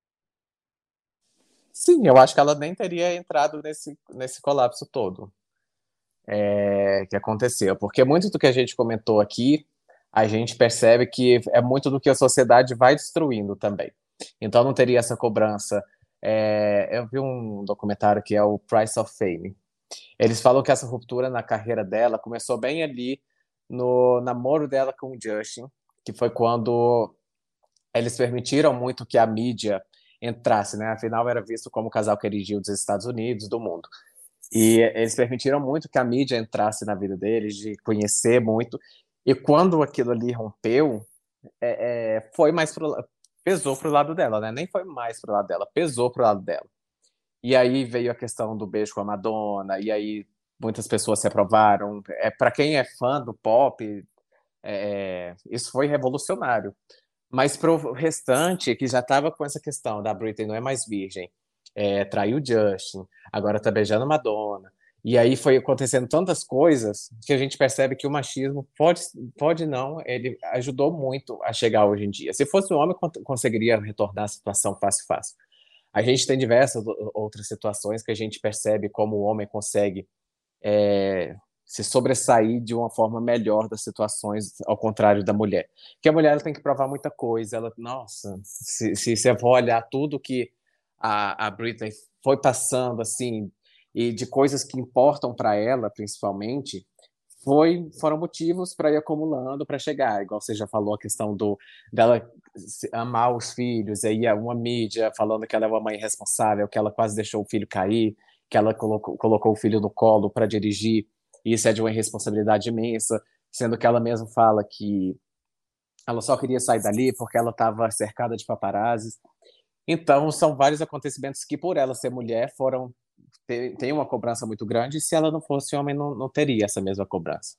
Sim, eu acho que ela nem teria entrado nesse colapso todo que aconteceu. Porque muito do que a gente comentou aqui, a gente percebe que é muito do que a sociedade vai destruindo também. Então não teria essa cobrança. Eu vi um documentário que é o Price of Fame. Eles falam que essa ruptura na carreira dela começou bem ali no namoro dela com o Justin, que foi quando eles permitiram muito que a mídia entrasse, né? Afinal, era visto como o casal queridinho dos Estados Unidos, do mundo. E eles permitiram muito que a mídia entrasse na vida deles, de conhecer muito. E quando aquilo ali rompeu, foi mais pesou pro lado dela, né? Nem foi mais pro lado dela, pesou pro lado dela. E aí veio a questão do beijo com a Madonna, e aí muitas pessoas se aprovaram. Para quem é fã do pop, isso foi revolucionário. Mas pro restante, que já estava com essa questão da Britney não é mais virgem, traiu Justin, agora tá beijando Madonna. E aí foi acontecendo tantas coisas que a gente percebe que o machismo pode não, ele ajudou muito a chegar hoje em dia. Se fosse um homem, conseguiria retornar à situação fácil. A gente tem diversas outras situações que a gente percebe como o homem consegue se sobressair de uma forma melhor das situações, ao contrário da mulher. Porque a mulher ela tem que provar muita coisa. Nossa, se você for olhar tudo que a Britney foi passando, assim, e de coisas que importam para ela, principalmente, foram motivos para ir acumulando para chegar, igual você já falou, a questão dela amar os filhos, aí uma mídia falando que ela é uma mãe irresponsável, que ela quase deixou o filho cair, que ela colocou o filho no colo para dirigir, e isso é de uma irresponsabilidade imensa, sendo que ela mesma fala que ela só queria sair dali porque ela estava cercada de paparazzis. Então, são vários acontecimentos que, por ela ser mulher, tem uma cobrança muito grande, e se ela não fosse homem, não teria essa mesma cobrança.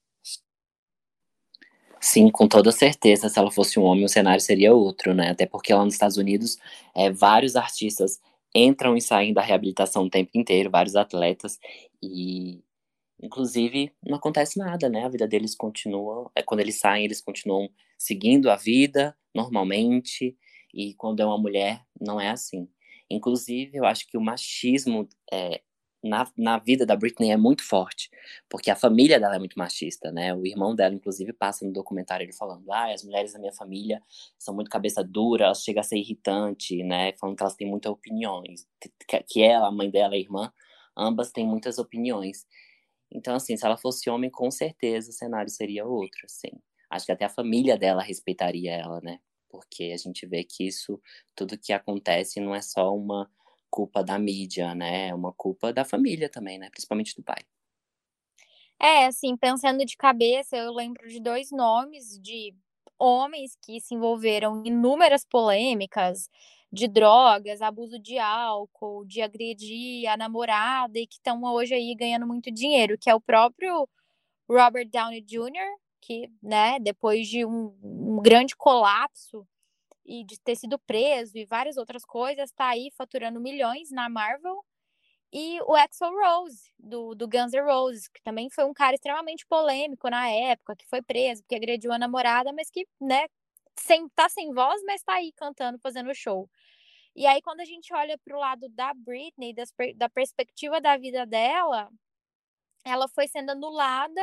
Sim, com toda certeza, se ela fosse um homem, o cenário seria outro, né? Até porque lá nos Estados Unidos, vários artistas entram e saem da reabilitação o tempo inteiro, vários atletas, e inclusive não acontece nada, né? A vida deles continua, quando eles saem, eles continuam seguindo a vida normalmente, e quando é uma mulher, não é assim. Inclusive, eu acho que o machismo na vida da Britney é muito forte, porque a família dela é muito machista, né? O irmão dela, inclusive, passa no documentário ele falando: as mulheres da minha família são muito cabeça dura, elas chegam a ser irritante, né? Falando que elas têm muitas opiniões, que ela, a mãe dela, a irmã, ambas têm muitas opiniões. Então, assim, se ela fosse homem, com certeza o cenário seria outro, assim. Acho que até a família dela respeitaria ela, né? Porque a gente vê que tudo que acontece não é só uma culpa da mídia, né? É uma culpa da família também, né? Principalmente do pai. Assim, pensando de cabeça, eu lembro de dois nomes de homens que se envolveram em inúmeras polêmicas de drogas, abuso de álcool, de agredir a namorada e que estão hoje aí ganhando muito dinheiro, que é o próprio Robert Downey Jr., que, né, depois de um grande colapso e de ter sido preso e várias outras coisas, está aí faturando milhões na Marvel. E o Axl Rose, do Guns N' Roses, que também foi um cara extremamente polêmico na época, que foi preso porque agrediu a namorada, mas que, né, tá sem voz, mas tá aí cantando, fazendo show. E aí, quando a gente olha pro lado da Britney, da perspectiva da vida dela, ela foi sendo anulada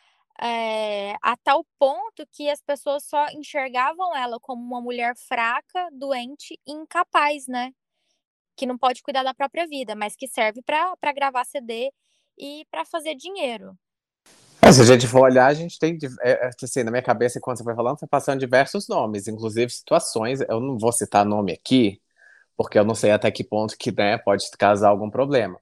a tal ponto que as pessoas só enxergavam ela como uma mulher fraca, doente e incapaz, né? Que não pode cuidar da própria vida, mas que serve para gravar CD e para fazer dinheiro. Se a gente for olhar, a gente tem, assim, na minha cabeça, quando você foi falando, foi passando diversos nomes, inclusive situações. Eu não vou citar nome aqui, porque eu não sei até que ponto que, né, pode causar algum problema.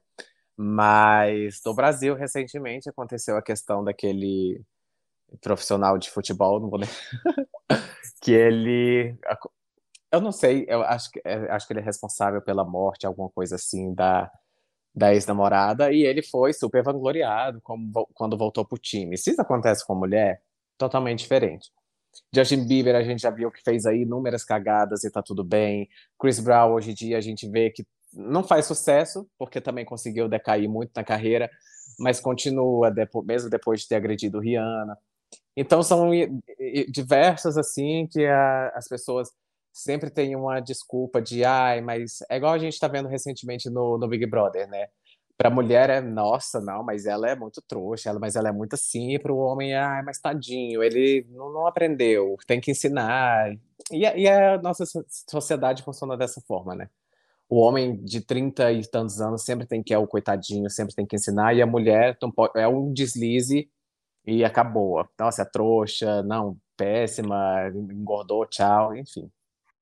Mas no Brasil, recentemente, aconteceu a questão daquele profissional de futebol, não vou nem... que ele... Eu não sei, eu acho que ele é responsável pela morte, alguma coisa assim, da ex-namorada, e ele foi super vangloriado quando voltou pro time. Se isso acontece com mulher, totalmente diferente. Justin Bieber, a gente já viu que fez aí inúmeras cagadas e tá tudo bem. Chris Brown, hoje em dia, a gente vê que não faz sucesso, porque também conseguiu decair muito na carreira, mas continua, mesmo depois de ter agredido Rihanna. Então, são diversas, assim, que as pessoas sempre têm uma desculpa de, mas é igual a gente tá vendo recentemente no Big Brother, né? Pra mulher nossa, não, mas ela é muito trouxa, mas ela é muito assim, e pro homem, mas tadinho, ele não aprendeu, tem que ensinar. E a nossa sociedade funciona dessa forma, né? O homem de 30 e tantos anos sempre tem que é o coitadinho, sempre tem que ensinar, e a mulher é um deslize e acabou. Nossa, é trouxa, não, péssima, engordou, tchau, enfim.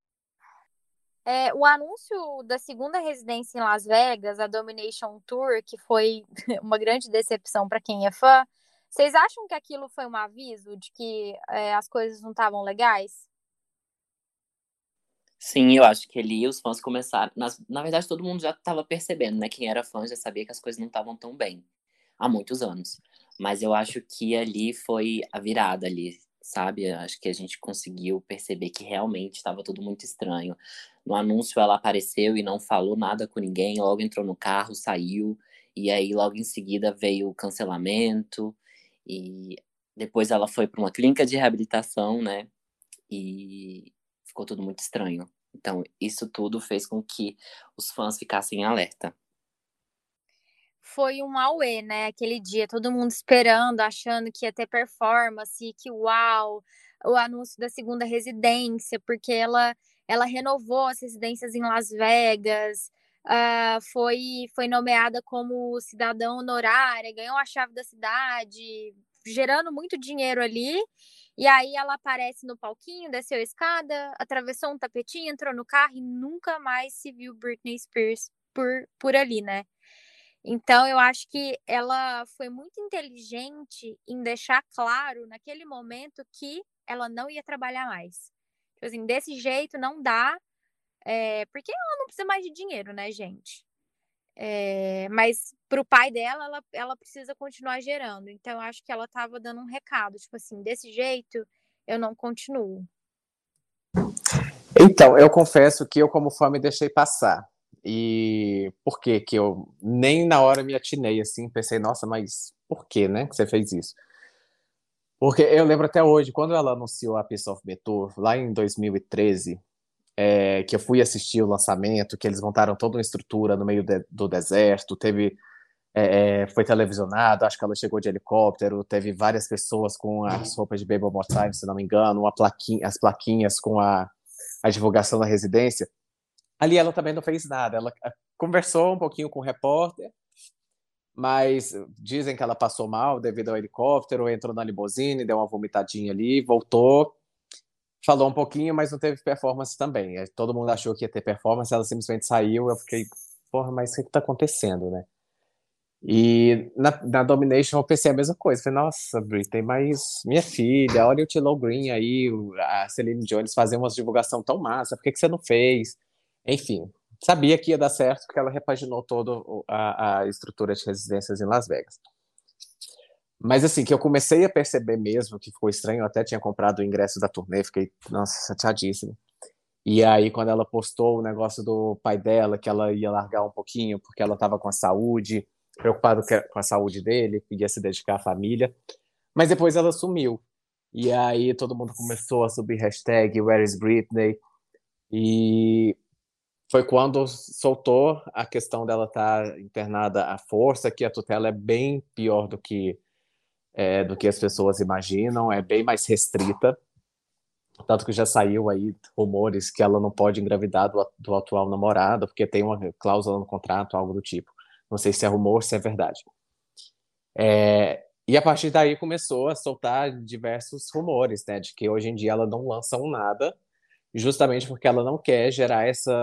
O anúncio da segunda residência em Las Vegas, a Domination Tour, que foi uma grande decepção para quem é fã, vocês acham que aquilo foi um aviso de que as coisas não estavam legais? Sim, eu acho que ali os fãs começaram. Na verdade, todo mundo já estava percebendo, né? Quem era fã já sabia que as coisas não estavam tão bem há muitos anos. Mas eu acho que ali foi a virada ali, sabe? Eu acho que a gente conseguiu perceber que realmente estava tudo muito estranho. No anúncio ela apareceu e não falou nada com ninguém, logo entrou no carro, saiu, e aí logo em seguida veio o cancelamento, e depois ela foi para uma clínica de reabilitação, né? E ficou tudo muito estranho. Então, isso tudo fez com que os fãs ficassem em alerta. Foi um auê, né? Aquele dia, todo mundo esperando, achando que ia ter performance, que uau, o anúncio da segunda residência, porque ela renovou as residências em Las Vegas, foi nomeada como cidadã honorária, ganhou a chave da cidade, gerando muito dinheiro ali. E aí ela aparece no palquinho, desceu a escada, atravessou um tapetinho, entrou no carro e nunca mais se viu Britney Spears por ali, né? Então eu acho que ela foi muito inteligente em deixar claro naquele momento que ela não ia trabalhar mais. Tipo assim, desse jeito não dá, porque ela não precisa mais de dinheiro, né, gente? Mas pro pai dela, ela precisa continuar gerando. Então, eu acho que ela tava dando um recado, tipo assim, desse jeito eu não continuo. Então, eu confesso que eu, como fã, me deixei passar. E por que que eu nem na hora me atinei assim, pensei, nossa, mas por que, né, que você fez isso? Porque eu lembro até hoje, quando ela anunciou a Piece of Me Tour, lá em 2013, que eu fui assistir o lançamento, que eles montaram toda uma estrutura no meio do deserto, foi televisionado, acho que ela chegou de helicóptero, teve várias pessoas com as roupas de Baby One More Time, se não me engano, as plaquinhas com a divulgação da residência. Ali ela também não fez nada, ela conversou um pouquinho com o repórter, mas dizem que ela passou mal devido ao helicóptero, entrou na limusine, deu uma vomitadinha ali, voltou, falou um pouquinho, mas não teve performance também. Todo mundo achou que ia ter performance, ela simplesmente saiu, eu fiquei, porra, mas o que tá acontecendo, né? E na Domination eu pensei a mesma coisa. Falei, nossa, Britney, mas minha filha, olha o Tilo Green aí, a Celine Jones fazer umas divulgação tão massa, por que que você não fez? Enfim, sabia que ia dar certo porque ela repaginou toda a estrutura de residências em Las Vegas. Mas assim, que eu comecei a perceber mesmo que ficou estranho, eu até tinha comprado o ingresso da turnê, fiquei, nossa, chateadíssimo. E aí, quando ela postou o negócio do pai dela, que ela ia largar um pouquinho porque ela estava com a saúde, preocupado com a saúde dele, ia se dedicar à família. Mas depois ela sumiu. E aí todo mundo começou a subir hashtag Where is Britney? E foi quando soltou a questão dela estar internada à força, que a tutela é bem pior do que as pessoas imaginam, é bem mais restrita. Tanto que já saiu aí rumores que ela não pode engravidar do atual namorado, porque tem uma cláusula no contrato, algo do tipo. Não sei se é rumor, se é verdade. E a partir daí começou a soltar diversos rumores, né, de que hoje em dia ela não lança um nada, justamente porque ela não quer gerar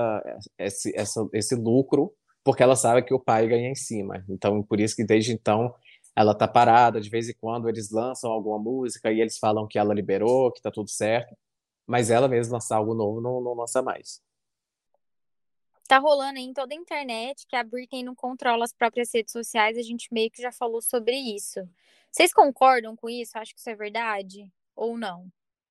esse lucro, porque ela sabe que o pai ganha em cima. Então, por isso que desde então ela tá parada, de vez em quando eles lançam alguma música e eles falam que ela liberou, que tá tudo certo, mas ela mesma lançar algo novo não lança mais. Tá rolando aí em toda a internet que a Britney não controla as próprias redes sociais, a gente meio que já falou sobre isso. Vocês concordam com isso? Acho que isso é verdade? Ou não?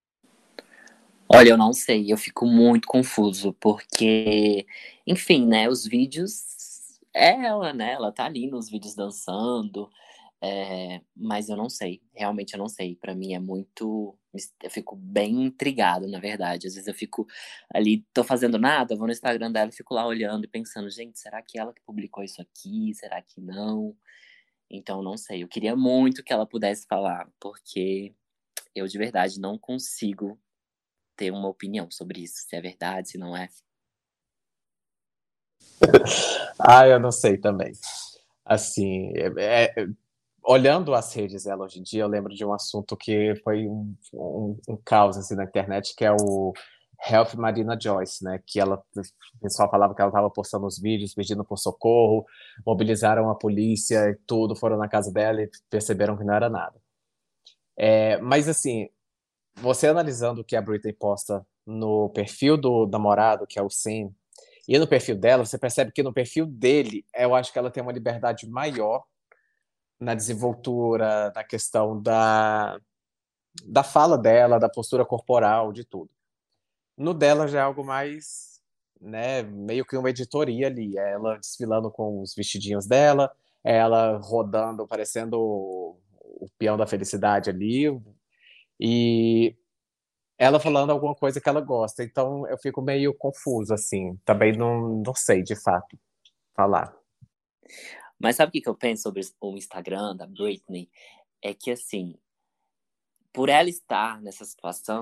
Olha, eu não sei, eu fico muito confuso, porque, enfim, né, os vídeos, é ela, né, ela tá ali nos vídeos dançando, mas eu não sei, realmente eu não sei, pra mim é muito, eu fico bem intrigado, na verdade, às vezes eu fico ali, tô fazendo nada, vou no Instagram dela e fico lá olhando e pensando, gente, será que ela que publicou isso aqui, será que não? Então, não sei, eu queria muito que ela pudesse falar, porque eu de verdade não consigo ter uma opinião sobre isso, se é verdade, se não é. Ah, eu não sei também. Assim, olhando as redes dela hoje em dia, eu lembro de um assunto que foi um caos assim, na internet, que é o Help Marina Joyce, né? Que o pessoal falava que ela estava postando os vídeos pedindo por socorro, mobilizaram a polícia e tudo, foram na casa dela e perceberam que não era nada. Mas assim, você analisando o que a Britney posta no perfil do namorado, que é o Sam, e no perfil dela, você percebe que no perfil dele, eu acho que ela tem uma liberdade maior na desenvoltura, na questão da fala dela, da postura corporal, de tudo. No dela já é algo mais, né, meio que uma editoria ali, é ela desfilando com os vestidinhos dela, é ela rodando, parecendo o peão da felicidade ali, e ela falando alguma coisa que ela gosta. Então eu fico meio confuso, assim. Também não sei, de fato, falar. Mas sabe o que que eu penso sobre o Instagram da Britney? É que, assim, por ela estar nessa situação,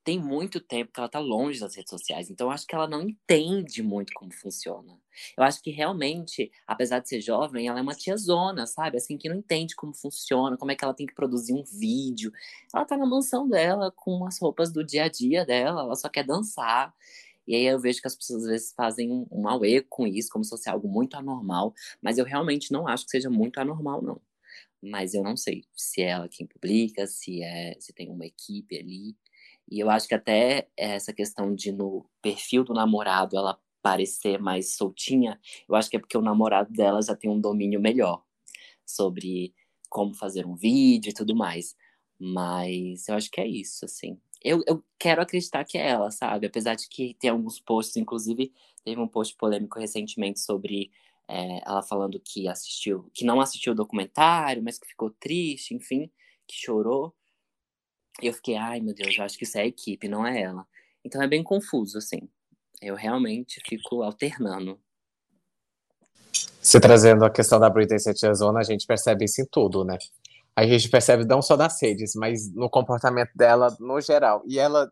tem muito tempo que ela tá longe das redes sociais, então eu acho que ela não entende muito como funciona. Eu acho que realmente, apesar de ser jovem, ela é uma tiazona, sabe? Assim, que não entende como funciona, como é que ela tem que produzir um vídeo. Ela tá na mansão dela, com as roupas do dia a dia dela, ela só quer dançar. E aí eu vejo que as pessoas às vezes fazem um auê com isso, como se fosse algo muito anormal, mas eu realmente não acho que seja muito anormal, não. Mas eu não sei se é ela quem publica, se tem uma equipe ali. E eu acho que até essa questão de no perfil do namorado ela parecer mais soltinha, eu acho que é porque o namorado dela já tem um domínio melhor sobre como fazer um vídeo e tudo mais. Mas eu acho que é isso, assim. Eu quero acreditar que é ela, sabe? Apesar de que tem alguns posts, inclusive, teve um post polêmico recentemente sobre ela falando que não assistiu o documentário, mas que ficou triste, enfim, que chorou. E eu fiquei, ai meu Deus, eu acho que isso é a equipe, não é ela. Então é bem confuso, assim. Eu realmente fico alternando. Você trazendo a questão da Britney ser tiazona, a gente percebe isso em tudo, né? A gente percebe não só nas redes, mas no comportamento dela no geral. E ela,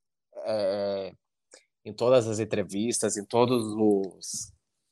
em todas as entrevistas, em todos os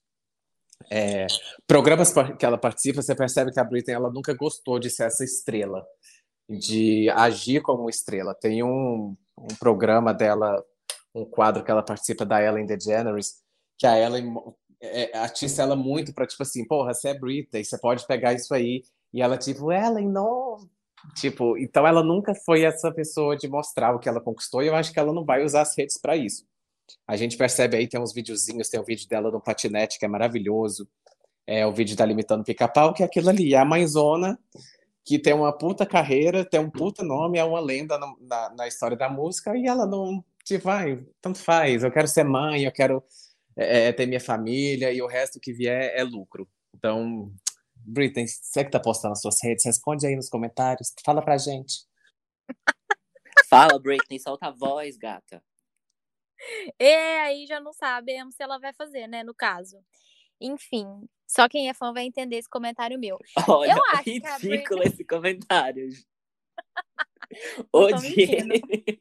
programas que ela participa, você percebe que a Britney ela nunca gostou de ser essa estrela, de agir como estrela. Tem um programa dela, um quadro que ela participa da Ellen DeGeneres, que a Ellen atiça ela muito para tipo assim, porra, você é Britney, você pode pegar isso aí. E ela tipo, Ellen, não. Tipo, então ela nunca foi essa pessoa de mostrar o que ela conquistou e eu acho que ela não vai usar as redes para isso. A gente percebe aí, tem uns videozinhos, tem um vídeo dela no patinete que é maravilhoso, o vídeo da Limitando Pica-Pau, que é aquilo ali, é a mãezona que tem uma puta carreira, tem um puta nome, é uma lenda na história da música, e ela não, tipo, vai, tanto faz, eu quero ser mãe, eu quero ter minha família, e o resto que vier é lucro. Então, Britney, você que tá postando nas suas redes, responde aí nos comentários, fala pra gente. Fala, Britney, solta a voz, gata. Aí já não sabemos se ela vai fazer, né, no caso. Enfim, só quem é fã vai entender esse comentário meu. Olha, Eu acho que a ridículo Britney... esse comentário. Não tô Odiei. mentindo.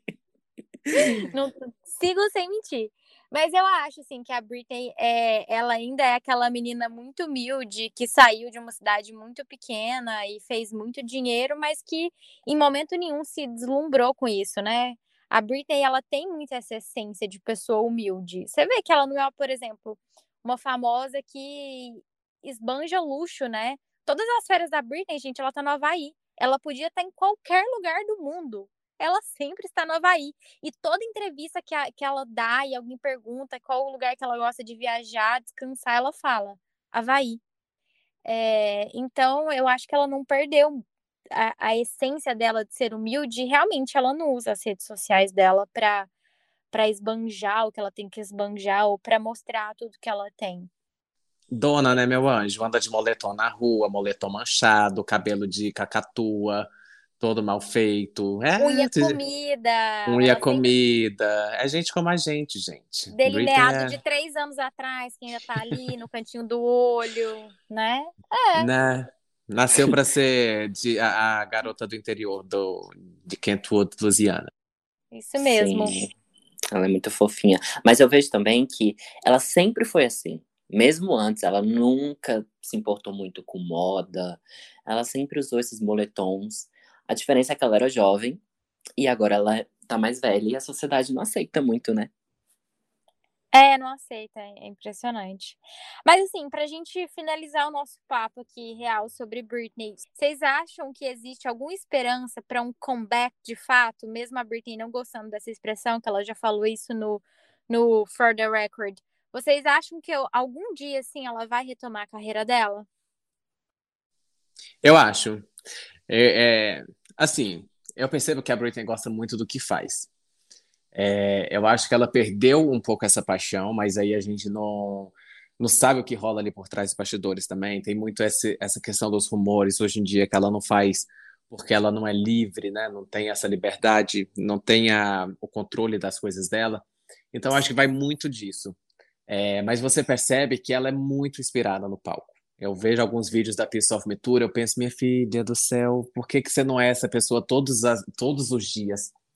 Não sigo sem mentir. Mas eu acho, assim, que a Britney, ela ainda é aquela menina muito humilde, que saiu de uma cidade muito pequena e fez muito dinheiro, mas que em momento nenhum se deslumbrou com isso, né? A Britney, ela tem muito essa essência de pessoa humilde. Você vê que ela não é, por exemplo, uma famosa que esbanja luxo, né? Todas as férias da Britney, gente, ela tá no Havaí. Ela podia estar em qualquer lugar do mundo. Ela sempre está no Havaí. E toda entrevista que ela dá e alguém pergunta qual o lugar que ela gosta de viajar, descansar, ela fala Havaí. Então, eu acho que ela não perdeu a essência dela de ser humilde. Realmente, ela não usa as redes sociais dela para esbanjar o que ela tem que esbanjar ou para mostrar tudo que ela tem. Dona, né, meu anjo? Anda de moletom na rua, moletom manchado, cabelo de cacatua, todo mal feito. Unha comida. Unha Ela sempre comida. É gente como a gente. Britney delineado de 3 anos atrás, que ainda tá ali no cantinho do olho, né? né? Nasceu para ser a garota do interior de Kentwood, Louisiana. Isso mesmo. Sim, ela é muito fofinha. Mas eu vejo também que ela sempre foi assim. Mesmo antes, ela nunca se importou muito com moda. Ela sempre usou esses moletons. A diferença é que ela era jovem e agora ela tá mais velha e a sociedade não aceita muito, né? Não aceita, é impressionante. Mas assim, pra gente finalizar o nosso papo aqui real sobre Britney, vocês acham que existe alguma esperança para um comeback de fato, mesmo a Britney não gostando dessa expressão, que ela já falou isso no For the Record? Vocês acham que algum dia, assim, ela vai retomar a carreira dela? Eu acho. Assim, eu percebo que a Britney gosta muito do que faz. Eu acho que ela perdeu um pouco essa paixão, mas aí a gente não sabe o que rola ali por trás dos bastidores também. Tem muito essa questão dos rumores hoje em dia que ela não faz porque ela não é livre, né? Não tem essa liberdade, não tem o controle das coisas dela. Então acho que vai muito disso. Mas você percebe que ela é muito inspirada no palco. Eu vejo alguns vídeos da Piece of Me Tour, eu penso, minha filha do céu, por que você não é essa pessoa todos os dias?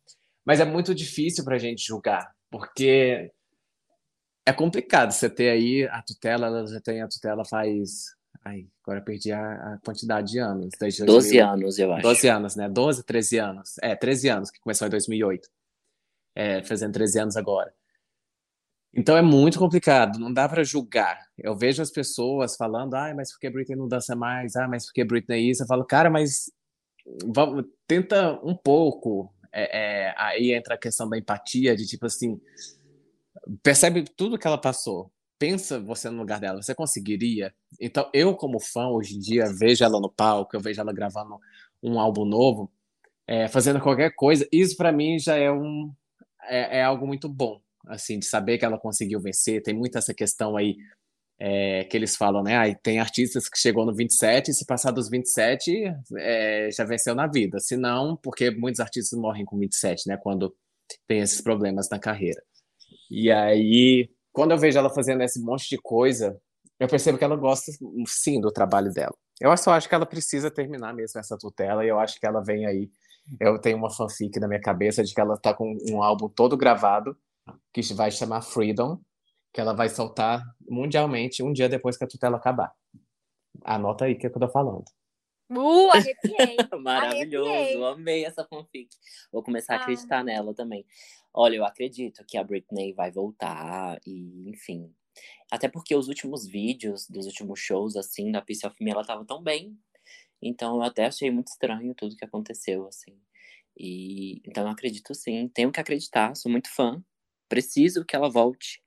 Mas é muito difícil pra gente julgar, porque é complicado você ter aí a tutela, ela já tem a tutela faz. Ai, agora eu perdi a quantidade de anos. Desde 12 2000, anos, eu 12 acho. anos, né? 12, 13 anos. 13 anos, que começou em 2008. Fazendo 13 anos agora. Então é muito complicado, não dá pra julgar. Eu vejo as pessoas falando, mas por que Britney não dança mais? Mas por que Britney isso? Eu falo, cara, mas vamos, tenta um pouco. Aí entra a questão da empatia, de tipo assim, percebe tudo que ela passou. Pensa você no lugar dela, você conseguiria? Então, eu, como fã, hoje em dia, vejo ela no palco, eu vejo ela gravando um álbum novo, fazendo qualquer coisa. Isso, pra mim, já é algo muito bom, assim, de saber que ela conseguiu vencer. Tem muito essa questão aí que eles falam, né? Tem artistas que chegou no 27 e se passar dos 27, já venceu na vida. Se não, porque muitos artistas morrem com 27, né? Quando tem esses problemas na carreira. E aí, quando eu vejo ela fazendo esse monte de coisa, eu percebo que ela gosta, sim, do trabalho dela. Eu só acho que ela precisa terminar mesmo essa tutela e eu acho que ela vem aí. Eu tenho uma fanfic na minha cabeça de que ela tá com um álbum todo gravado que vai chamar Freedom, que ela vai soltar mundialmente um dia depois que a tutela acabar. Anota aí o que eu tô falando. Arrepiei. Maravilhoso, Arrepiei. amei essa fanfic. Vou começar a acreditar nela também. Olha, eu acredito que a Britney vai voltar e, enfim. Até porque os últimos vídeos dos últimos shows, assim, da Piece of Me, ela tava tão bem. Então eu até achei muito estranho tudo que aconteceu, assim. Então eu acredito sim, tenho que acreditar, sou muito fã. Preciso que ela volte.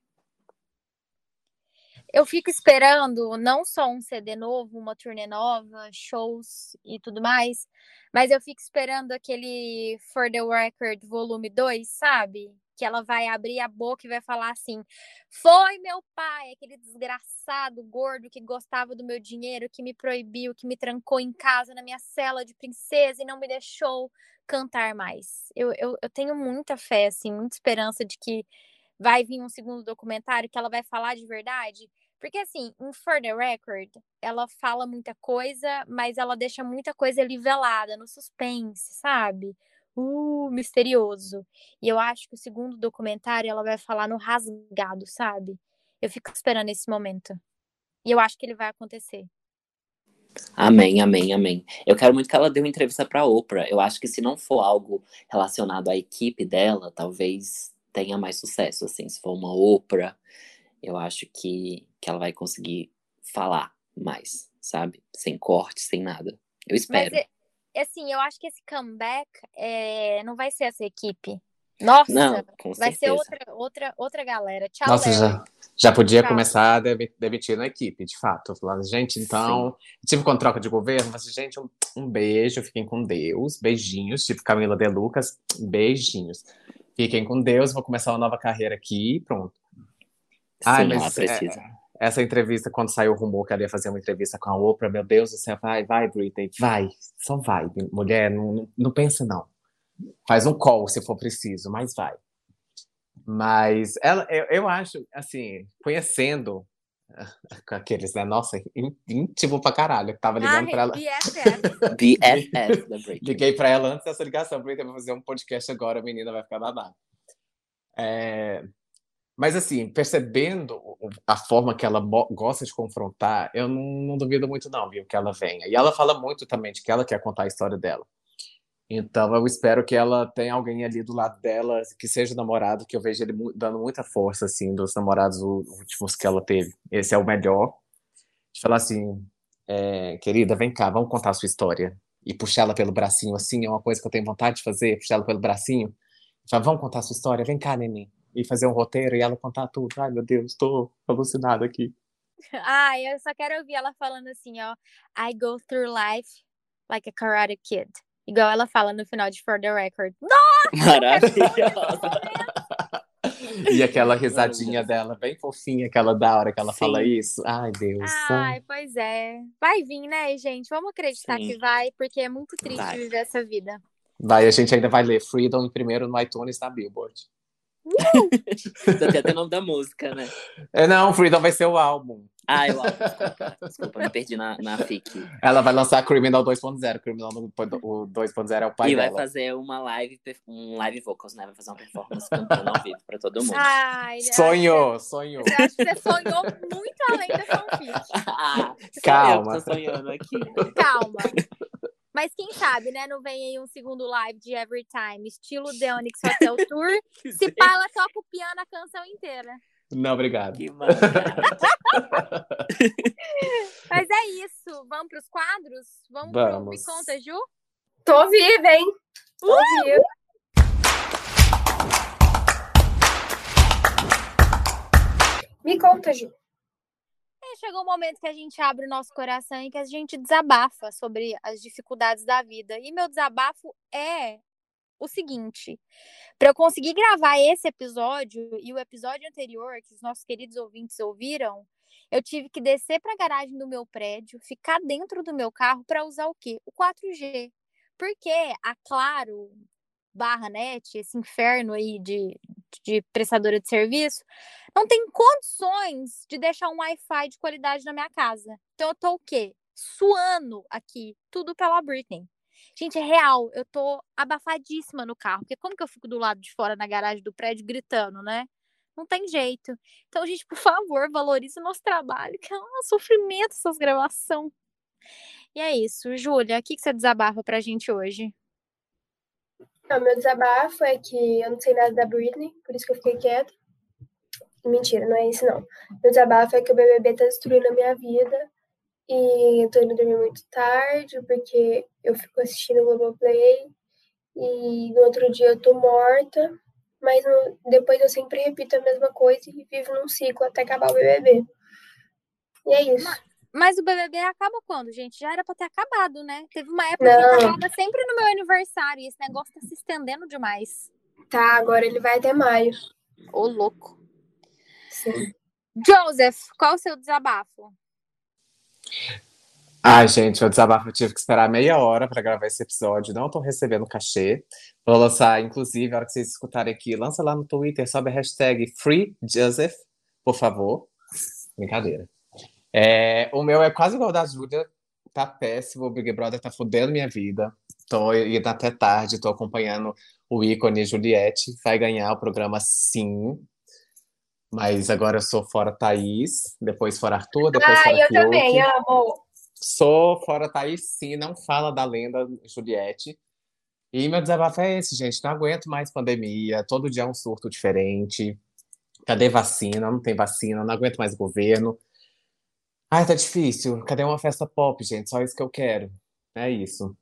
Eu fico esperando não só um CD novo, uma turnê nova, shows e tudo mais, mas eu fico esperando aquele For the Record Volume 2, sabe? Que ela vai abrir a boca e vai falar assim: foi meu pai, aquele desgraçado gordo que gostava do meu dinheiro, que me proibiu, que me trancou em casa na minha cela de princesa e não me deixou cantar mais. Eu tenho muita fé, assim, muita esperança de que vai vir um segundo documentário que ela vai falar de verdade. Porque, assim, em For the Record, ela fala muita coisa, mas ela deixa muita coisa ali velada, no suspense, sabe? Misterioso. E eu acho que o segundo documentário ela vai falar no rasgado, sabe? Eu fico esperando esse momento. E eu acho que ele vai acontecer. Amém, amém, amém. Eu quero muito que ela dê uma entrevista pra Oprah. Eu acho que se não for algo relacionado à equipe dela, talvez tenha mais sucesso, assim. Se for uma Oprah, eu acho que ela vai conseguir falar mais, sabe? Sem corte, sem nada. Eu espero. Mas, assim, eu acho que esse comeback não vai ser essa equipe. Nossa, Não, com vai ser certeza. outra galera. Tchau, Nossa, Larry. já podia Tchau. começar a demitir na equipe, de fato. Falando, gente, então, tive com troca de governo, mas, gente, um beijo, fiquem com Deus, beijinhos, tipo Camila De Lucas, beijinhos. Fiquem com Deus, vou começar uma nova carreira aqui, pronto. Sim, ela Mas precisa. essa entrevista, quando saiu o rumor que ela ia fazer uma entrevista com a Oprah, meu Deus do céu, vai, Britney, vai, só vai, mulher, não pensa não. Faz um call se for preciso, mas vai. Mas eu acho, assim, conhecendo aqueles, né? Nossa, íntimo pra caralho. Que tava ligando pra ela. BFF da Britney. Liguei pra ela antes dessa ligação. Britney, vai fazer um podcast agora, a menina vai ficar babada. Mas, assim, percebendo a forma que ela gosta de confrontar, eu não duvido muito, não, viu, que ela venha. E ela fala muito também de que ela quer contar a história dela. Então, eu espero que ela tenha alguém ali do lado dela, que seja namorado, que eu vejo ele dando muita força, assim, dos namorados últimos que ela teve. Esse é o melhor. De falar assim, querida, vem cá, vamos contar a sua história. E puxar ela pelo bracinho, assim, é uma coisa que eu tenho vontade de fazer, puxar ela pelo bracinho. Falar, vamos contar a sua história, vem cá, neném. E fazer um roteiro e ela contar tudo. Ai, meu Deus, tô alucinado aqui. Eu só quero ouvir ela falando assim, ó. I go through life like a Karate Kid. Igual ela fala no final de For the Record. Nossa! Maravilhosa! E aquela risadinha dela, bem fofinha, aquela da hora que ela fala isso. Ai, Deus. Ai, pois é. Vai vir, né, gente? Vamos acreditar que vai, porque é muito triste viver essa vida. Vai, a gente ainda vai ler Freedom em primeiro no iTunes na Billboard. Já tem até o nome da música, né? Não, Freedom vai ser o álbum. Ah, eu amo. Desculpa, me perdi na FIC. Ela vai lançar Criminal 2.0. Criminal o 2.0 é o pai E vai dela. fazer um live vocals, né? Vai fazer uma performance cantando ao vivo pra todo mundo. Ai, Sonhou. eu acho que você sonhou muito além da fanfic. Calma. Eu que tô sonhando aqui. Calma. Mas quem sabe, né? Não vem aí um segundo live de Everytime, estilo The Onyx Hotel Tour. Se pá, ela toca o piano a canção inteira. Não, obrigado. Que maravilha. Mas é isso. Vamos pros quadros? Vamos. Me conta, Ju? Tô viva, hein? Tô viva. Me conta, Ju. Chegou o momento que a gente abre o nosso coração e que a gente desabafa sobre as dificuldades da vida. E meu desabafo é o seguinte: para eu conseguir gravar esse episódio e o episódio anterior, que os nossos queridos ouvintes ouviram, eu tive que descer para a garagem do meu prédio, ficar dentro do meu carro para usar o quê? O 4G. Porque a Claro /NET, esse inferno aí de prestadora de serviço, não tem condições de deixar um Wi-Fi de qualidade na minha casa. Então eu tô o quê? Suando aqui, tudo pela Britney. Gente, é real, eu tô abafadíssima no carro, porque como que eu fico do lado de fora na garagem do prédio gritando, né? Não tem jeito. Então, gente, por favor, valorize o nosso trabalho, que é um sofrimento essas gravações. E é isso. Júlia, o que você desabafa pra gente hoje? Meu desabafo é que eu não sei nada da Britney, por isso que eu fiquei quieta. Mentira, não é isso não. Meu desabafo é que o BBB tá destruindo a minha vida e eu tô indo dormir muito tarde porque eu fico assistindo o Globoplay e no outro dia eu tô morta, mas depois eu sempre repito a mesma coisa e vivo num ciclo até acabar o BBB. E é isso. Mas o BBB acaba quando, gente? Já era pra ter acabado, né? Teve uma época que acabava sempre no meu aniversário e esse negócio tá se estendendo demais. Tá, agora ele vai até maio. Ô, louco. Sim. Joseph, qual o seu desabafo? Ai, gente, meu desabafo, eu tive que esperar meia hora pra gravar esse episódio. Não tô recebendo cachê. Vou lançar, inclusive, a hora que vocês escutarem aqui, lança lá no Twitter, sobe a hashtag FreeJoseph, por favor. Brincadeira. O meu é quase igual ao da Júlia. Tá péssimo, o Big Brother tá fudendo minha vida. Tô indo até tarde, tô acompanhando o ícone Juliette. Vai ganhar o programa, sim. Mas agora eu sou fora Thaís, depois fora Arthur, depois fora eu Fiuk. também, amo. Sou fora Thaís, sim, não fala da lenda Juliette. E meu desabafo é esse, gente. Não aguento mais pandemia, todo dia é um surto diferente. Cadê vacina? Não tem vacina, não aguento mais governo. Ai, tá difícil. Cadê uma festa pop, gente? Só isso que eu quero. É isso.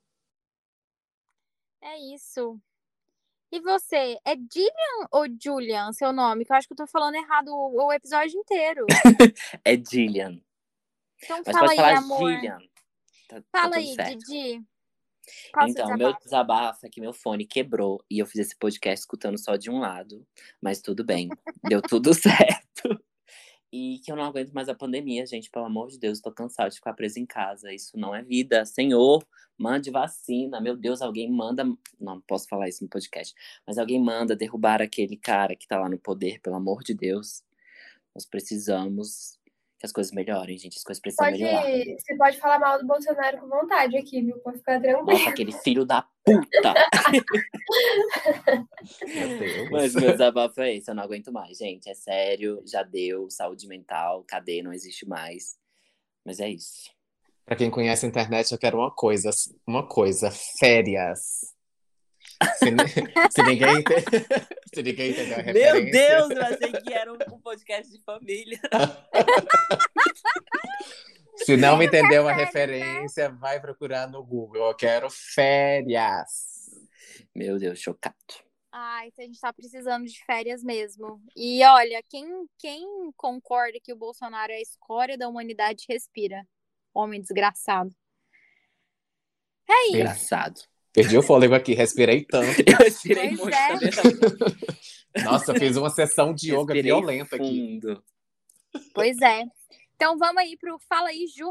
É isso. E você, é Gillian ou Julian, seu nome? Que eu acho que eu tô falando errado o episódio inteiro. É Gillian. Então Mas fala pode aí, falar amor. Gillian. Tá Fala tudo aí, certo. Didi. Qual o seu Então, meu desabafo? desabafo é que meu fone quebrou e eu fiz esse podcast escutando só de um lado. Mas tudo bem, deu tudo certo. E que eu não aguento mais a pandemia, gente. Pelo amor de Deus, tô cansado de ficar preso em casa. Isso não é vida. Senhor, mande vacina. Meu Deus, alguém manda... Não posso falar isso no podcast. Mas alguém manda derrubar aquele cara que tá lá no poder, pelo amor de Deus. Nós precisamos que as coisas melhorem, gente. As coisas precisam melhorar. Você pode falar mal do Bolsonaro com vontade aqui, viu? Pode ficar tranquilo. Nossa, aquele filho da puta! Meu Deus. Mas meu desabafo é esse, eu não aguento mais, gente. É sério, já deu. Saúde mental, cadê? Não existe mais. Mas é isso. Pra quem conhece a internet, eu quero uma coisa, férias. Se ninguém entendeu a referência... Meu Deus, eu achei que era um podcast de família. Se não entendeu a referência, vai procurar no Google. Eu quero férias. Meu Deus, chocado. Ai, a gente tá precisando de férias mesmo. E olha, quem concorda que o Bolsonaro é a escória da humanidade, respira. Homem desgraçado. É isso. Engraçado. Perdi o fôlego aqui, respirei tanto. Eu respirei Pois muito é. também. Nossa, eu fiz uma sessão de yoga Respirei violenta aqui. fundo. Pois é. Então vamos aí pro Fala aí, Ju.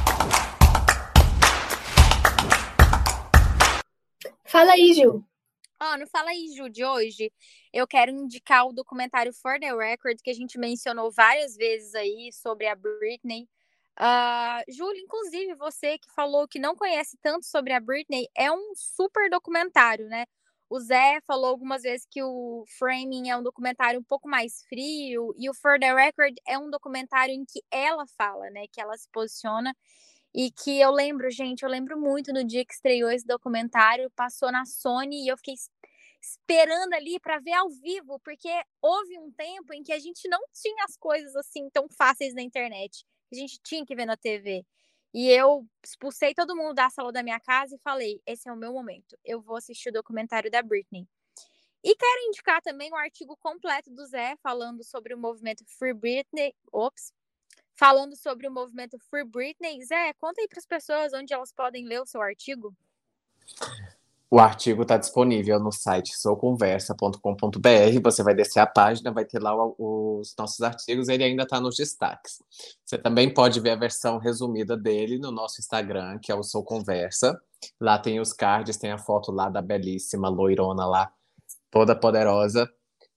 Fala aí, Ju. No Fala aí, Ju, de hoje, eu quero indicar o documentário For the Record, que a gente mencionou várias vezes aí sobre a Britney. Júlia, inclusive, você que falou que não conhece tanto sobre a Britney, é um super documentário, né? O Zé falou algumas vezes que o Framing é um documentário um pouco mais frio, e o For the Record é um documentário em que ela fala, né? Que ela se posiciona. E que eu lembro, gente, eu lembro muito no dia que estreou esse documentário, passou na Sony e eu fiquei esperando ali para ver ao vivo, porque houve um tempo em que a gente não tinha as coisas assim tão fáceis na internet. A gente tinha que ver na TV. E eu expulsei todo mundo da sala da minha casa e falei: esse é o meu momento, eu vou assistir o documentário da Britney. E quero indicar também o artigo completo do Zé falando sobre o movimento Free Britney. Falando sobre o movimento Free Britney. Zé, conta aí para as pessoas onde elas podem ler o seu artigo. O artigo está disponível no site souconversa.com.br. Você vai descer a página, vai ter lá os nossos artigos, ele ainda está nos destaques. Você também pode ver a versão resumida dele no nosso Instagram, que é o Sou Conversa. Lá tem os cards, tem a foto lá da belíssima loirona lá, toda poderosa,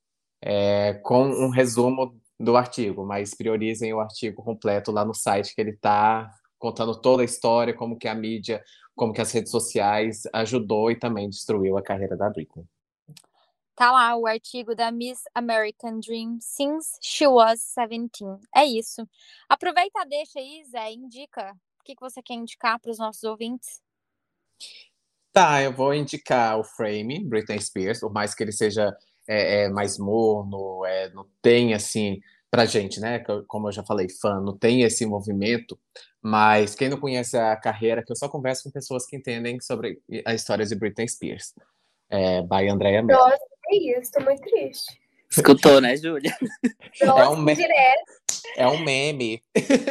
com um resumo do artigo, mas priorizem o artigo completo lá no site, que ele está contando toda a história, como que a mídia, como que as redes sociais ajudou e também destruiu a carreira da Britney. Tá lá o artigo da Miss American Dream Since She Was 17. É isso. Aproveita, deixa aí, Zé, indica. O que você quer indicar para os nossos ouvintes? Tá, eu vou indicar o Frame, Britney Spears, por mais que ele seja mais morno, não tem assim, pra gente, né? Como eu já falei, fã, não tem esse movimento, mas quem não conhece a carreira, que eu só converso com pessoas que entendem sobre a história de Britney Spears, by Andrea Mello. Nossa, é isso, tô muito triste. Escutou, né, Júlia? Nossa, direto. É um meme.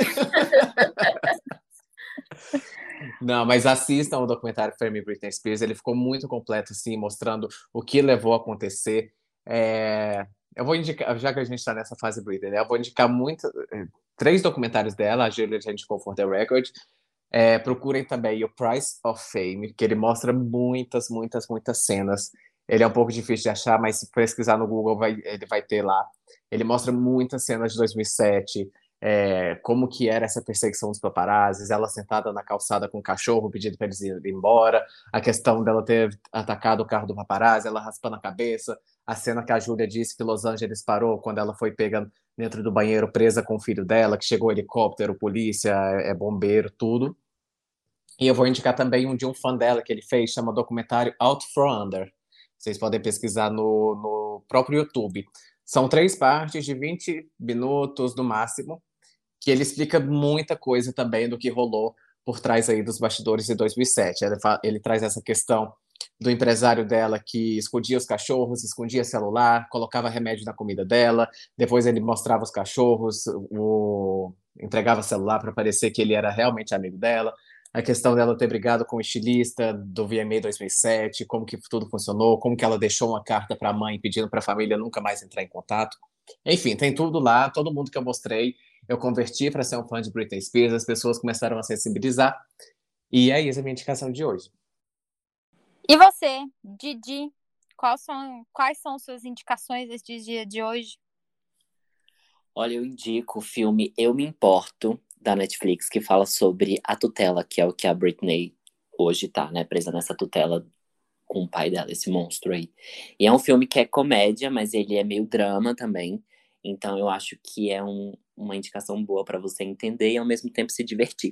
Não, mas assistam o documentário Frame Britney Spears, ele ficou muito completo, assim, mostrando o que levou a acontecer. Eu vou indicar, já que a gente está nessa fase Britney, né, eu vou indicar 3 documentários dela, a Julia já indicou For the Record. Procurem também o Price of Fame, que ele mostra muitas, muitas, muitas cenas. Ele é um pouco difícil de achar, mas se pesquisar no Google, ele vai ter lá. Ele mostra muitas cenas de 2007, como que era essa perseguição dos paparazzis, ela sentada na calçada com o cachorro, pedindo para eles irem embora, a questão dela ter atacado o carro do paparazzi, ela raspando a cabeça, a cena que a Júlia disse que Los Angeles parou quando ela foi pega dentro do banheiro, presa com o filho dela, que chegou helicóptero, polícia, bombeiro, tudo. E eu vou indicar também um de um fã dela que ele fez, chama documentário Out From Under. Vocês podem pesquisar no próprio YouTube. São 3 partes de 20 minutos no máximo, que ele explica muita coisa também do que rolou por trás aí dos bastidores de 2007. Ele traz essa questão do empresário dela que escondia os cachorros, escondia celular, colocava remédio na comida dela, depois ele mostrava os cachorros, entregava celular para parecer que ele era realmente amigo dela. A questão dela ter brigado com o estilista do VMA 2007, como que tudo funcionou, como que ela deixou uma carta para a mãe pedindo para a família nunca mais entrar em contato. Enfim, tem tudo lá, todo mundo que eu mostrei, eu converti para ser um fã de Britney Spears, as pessoas começaram a sensibilizar, e é isso a minha indicação de hoje. E você, Didi, quais são suas indicações deste dia de hoje? Olha, eu indico o filme Eu Me Importo, da Netflix, que fala sobre a tutela, que é o que a Britney hoje tá, né? Presa nessa tutela com o pai dela, esse monstro aí. E é um filme que é comédia, mas ele é meio drama também. Então eu acho que é uma indicação boa pra você entender e ao mesmo tempo se divertir.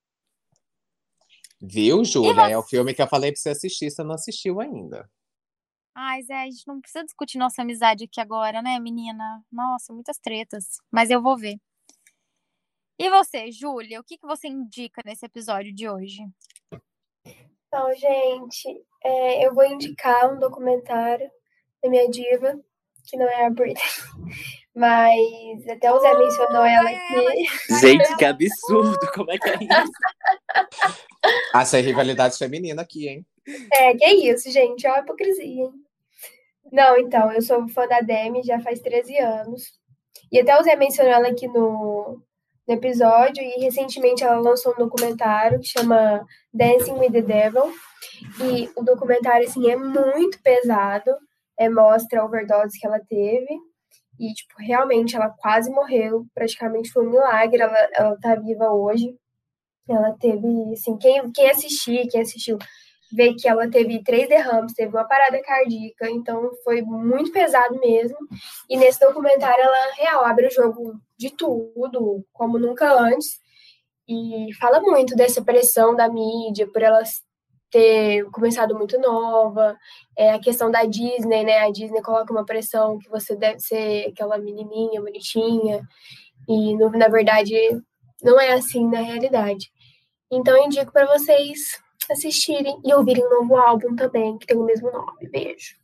Viu, Júlia? É o filme que eu falei pra você assistir, você não assistiu ainda. Ai, Zé, a gente não precisa discutir nossa amizade aqui agora, né, menina? Nossa, muitas tretas. Mas eu vou ver. E você, Júlia, o que você indica nesse episódio de hoje? Então, gente, eu vou indicar um documentário da minha diva, que não é a Britney, mas até o Zé mencionou ela aqui. Gente, que absurdo! Como é que é isso? Essa é rivalidade feminina aqui, hein? Que é isso, gente, ó a hipocrisia, hein? Não, então, eu sou fã da Demi já faz 13 anos. E até o Zé mencionou ela aqui no no episódio, e recentemente ela lançou um documentário que chama Dancing with the Devil, e o documentário, assim, é muito pesado, mostra a overdose que ela teve, e, tipo, realmente ela quase morreu, praticamente foi um milagre ela tá viva hoje. Ela teve, assim, quem assistiu, vê que ela teve 3 derrames, teve uma parada cardíaca, então foi muito pesado mesmo. E nesse documentário ela, real, abre o jogo de tudo, como nunca antes, e fala muito dessa pressão da mídia, por ela ter começado muito nova, a questão da Disney, né? A Disney coloca uma pressão que você deve ser aquela menininha bonitinha, e na verdade não é assim na realidade. Então, eu indico para vocês assistirem e ouvirem um novo álbum também, que tem o mesmo nome. Beijo.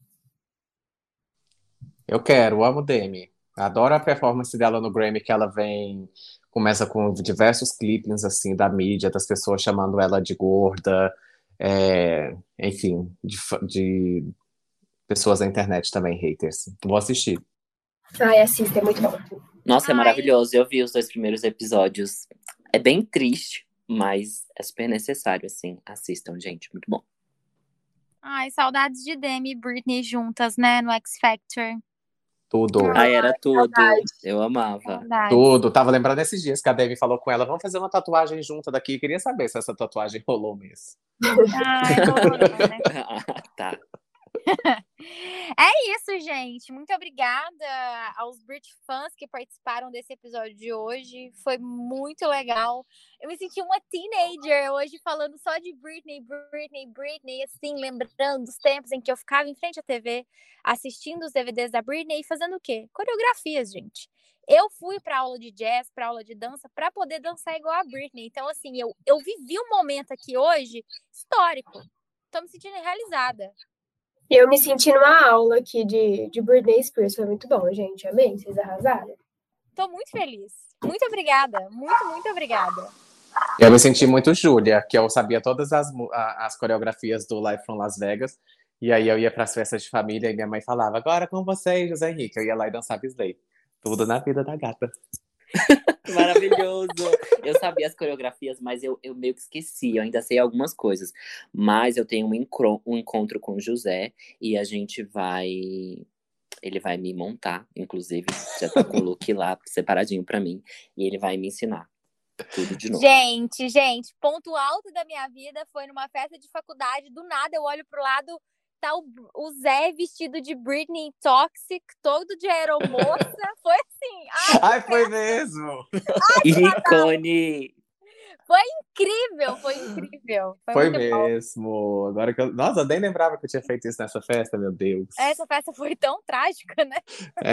Eu amo Demi. Adoro a performance dela no Grammy, que ela começa com diversos clippings, assim, da mídia, das pessoas chamando ela de gorda, enfim, de pessoas na internet também, haters. Vou assistir. Ai, assista, é muito bom. Nossa, é maravilhoso. Eu vi os 2 primeiros episódios. É bem triste, mas é super necessário, assim. Assistam, gente. Muito bom. Ai, saudades de Demi e Britney juntas, né? No X Factor. Tudo. Era tudo. Saudade. Eu amava. Saudades. Tudo. Tava lembrando esses dias que a Demi falou com ela, vamos fazer uma tatuagem junta daqui. Queria saber se essa tatuagem rolou mesmo. Ai, rolou, né? Tá. É isso, gente. Muito obrigada aos Brit fãs que participaram desse episódio de hoje. Foi muito legal. Eu me senti uma teenager hoje falando só de Britney, assim, lembrando dos tempos em que eu ficava em frente à TV assistindo os DVDs da Britney e fazendo o quê? Coreografias, gente. Eu fui para aula de jazz, para aula de dança, para poder dançar igual a Britney. Então, assim, eu vivi um momento aqui hoje histórico. Tô me sentindo realizada. Eu me senti numa aula aqui de Britney Spears, foi muito bom, gente. Amei, vocês arrasaram. Tô muito feliz. Muito obrigada. Muito obrigada. Eu me senti muito Júlia, que eu sabia todas as coreografias do Live from Las Vegas, e aí eu ia para as festas de família e minha mãe falava, agora com vocês, José Henrique. Eu ia lá e dançava Slay. Tudo na vida da gata. Maravilhoso! Eu sabia as coreografias, mas eu meio que esqueci. Eu ainda sei algumas coisas. Mas eu tenho um encontro com o José e a gente vai... Ele vai me montar, inclusive. Já tá com o look lá separadinho pra mim. E ele vai me ensinar tudo de novo. Gente, ponto alto da minha vida foi numa festa de faculdade. Do nada eu olho pro lado, tá o Zé vestido de Britney Toxic, todo de aeromoça. Foi assim. Ai, foi mesmo! Ícone! Foi incrível. Foi muito mesmo. Bom. Agora que Nossa, eu nem lembrava que eu tinha feito isso nessa festa, meu Deus. Essa festa foi tão trágica, né?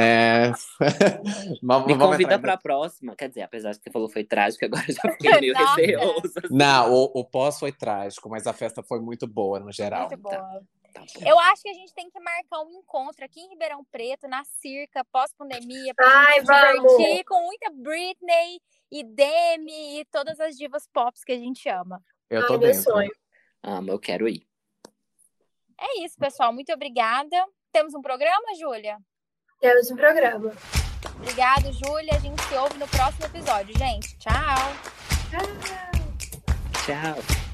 Me convida pra próxima. Quer dizer, apesar de que você falou foi trágico, agora eu já fiquei meio receoso. Assim. Não, o pós foi trágico, mas a festa foi muito boa no geral. Muito boa. Tá bom. Eu acho que a gente tem que marcar um encontro aqui em Ribeirão Preto, na Circa, pós-pandemia, pra gente se divertir com muita Britney e Demi e todas as divas pop que a gente ama. Eu tô dentro. Sonho. Amo, eu quero ir. É isso, pessoal. Muito obrigada. Temos um programa, Júlia? Temos um programa. Obrigada, Júlia. A gente se ouve no próximo episódio, gente. Tchau. Tchau.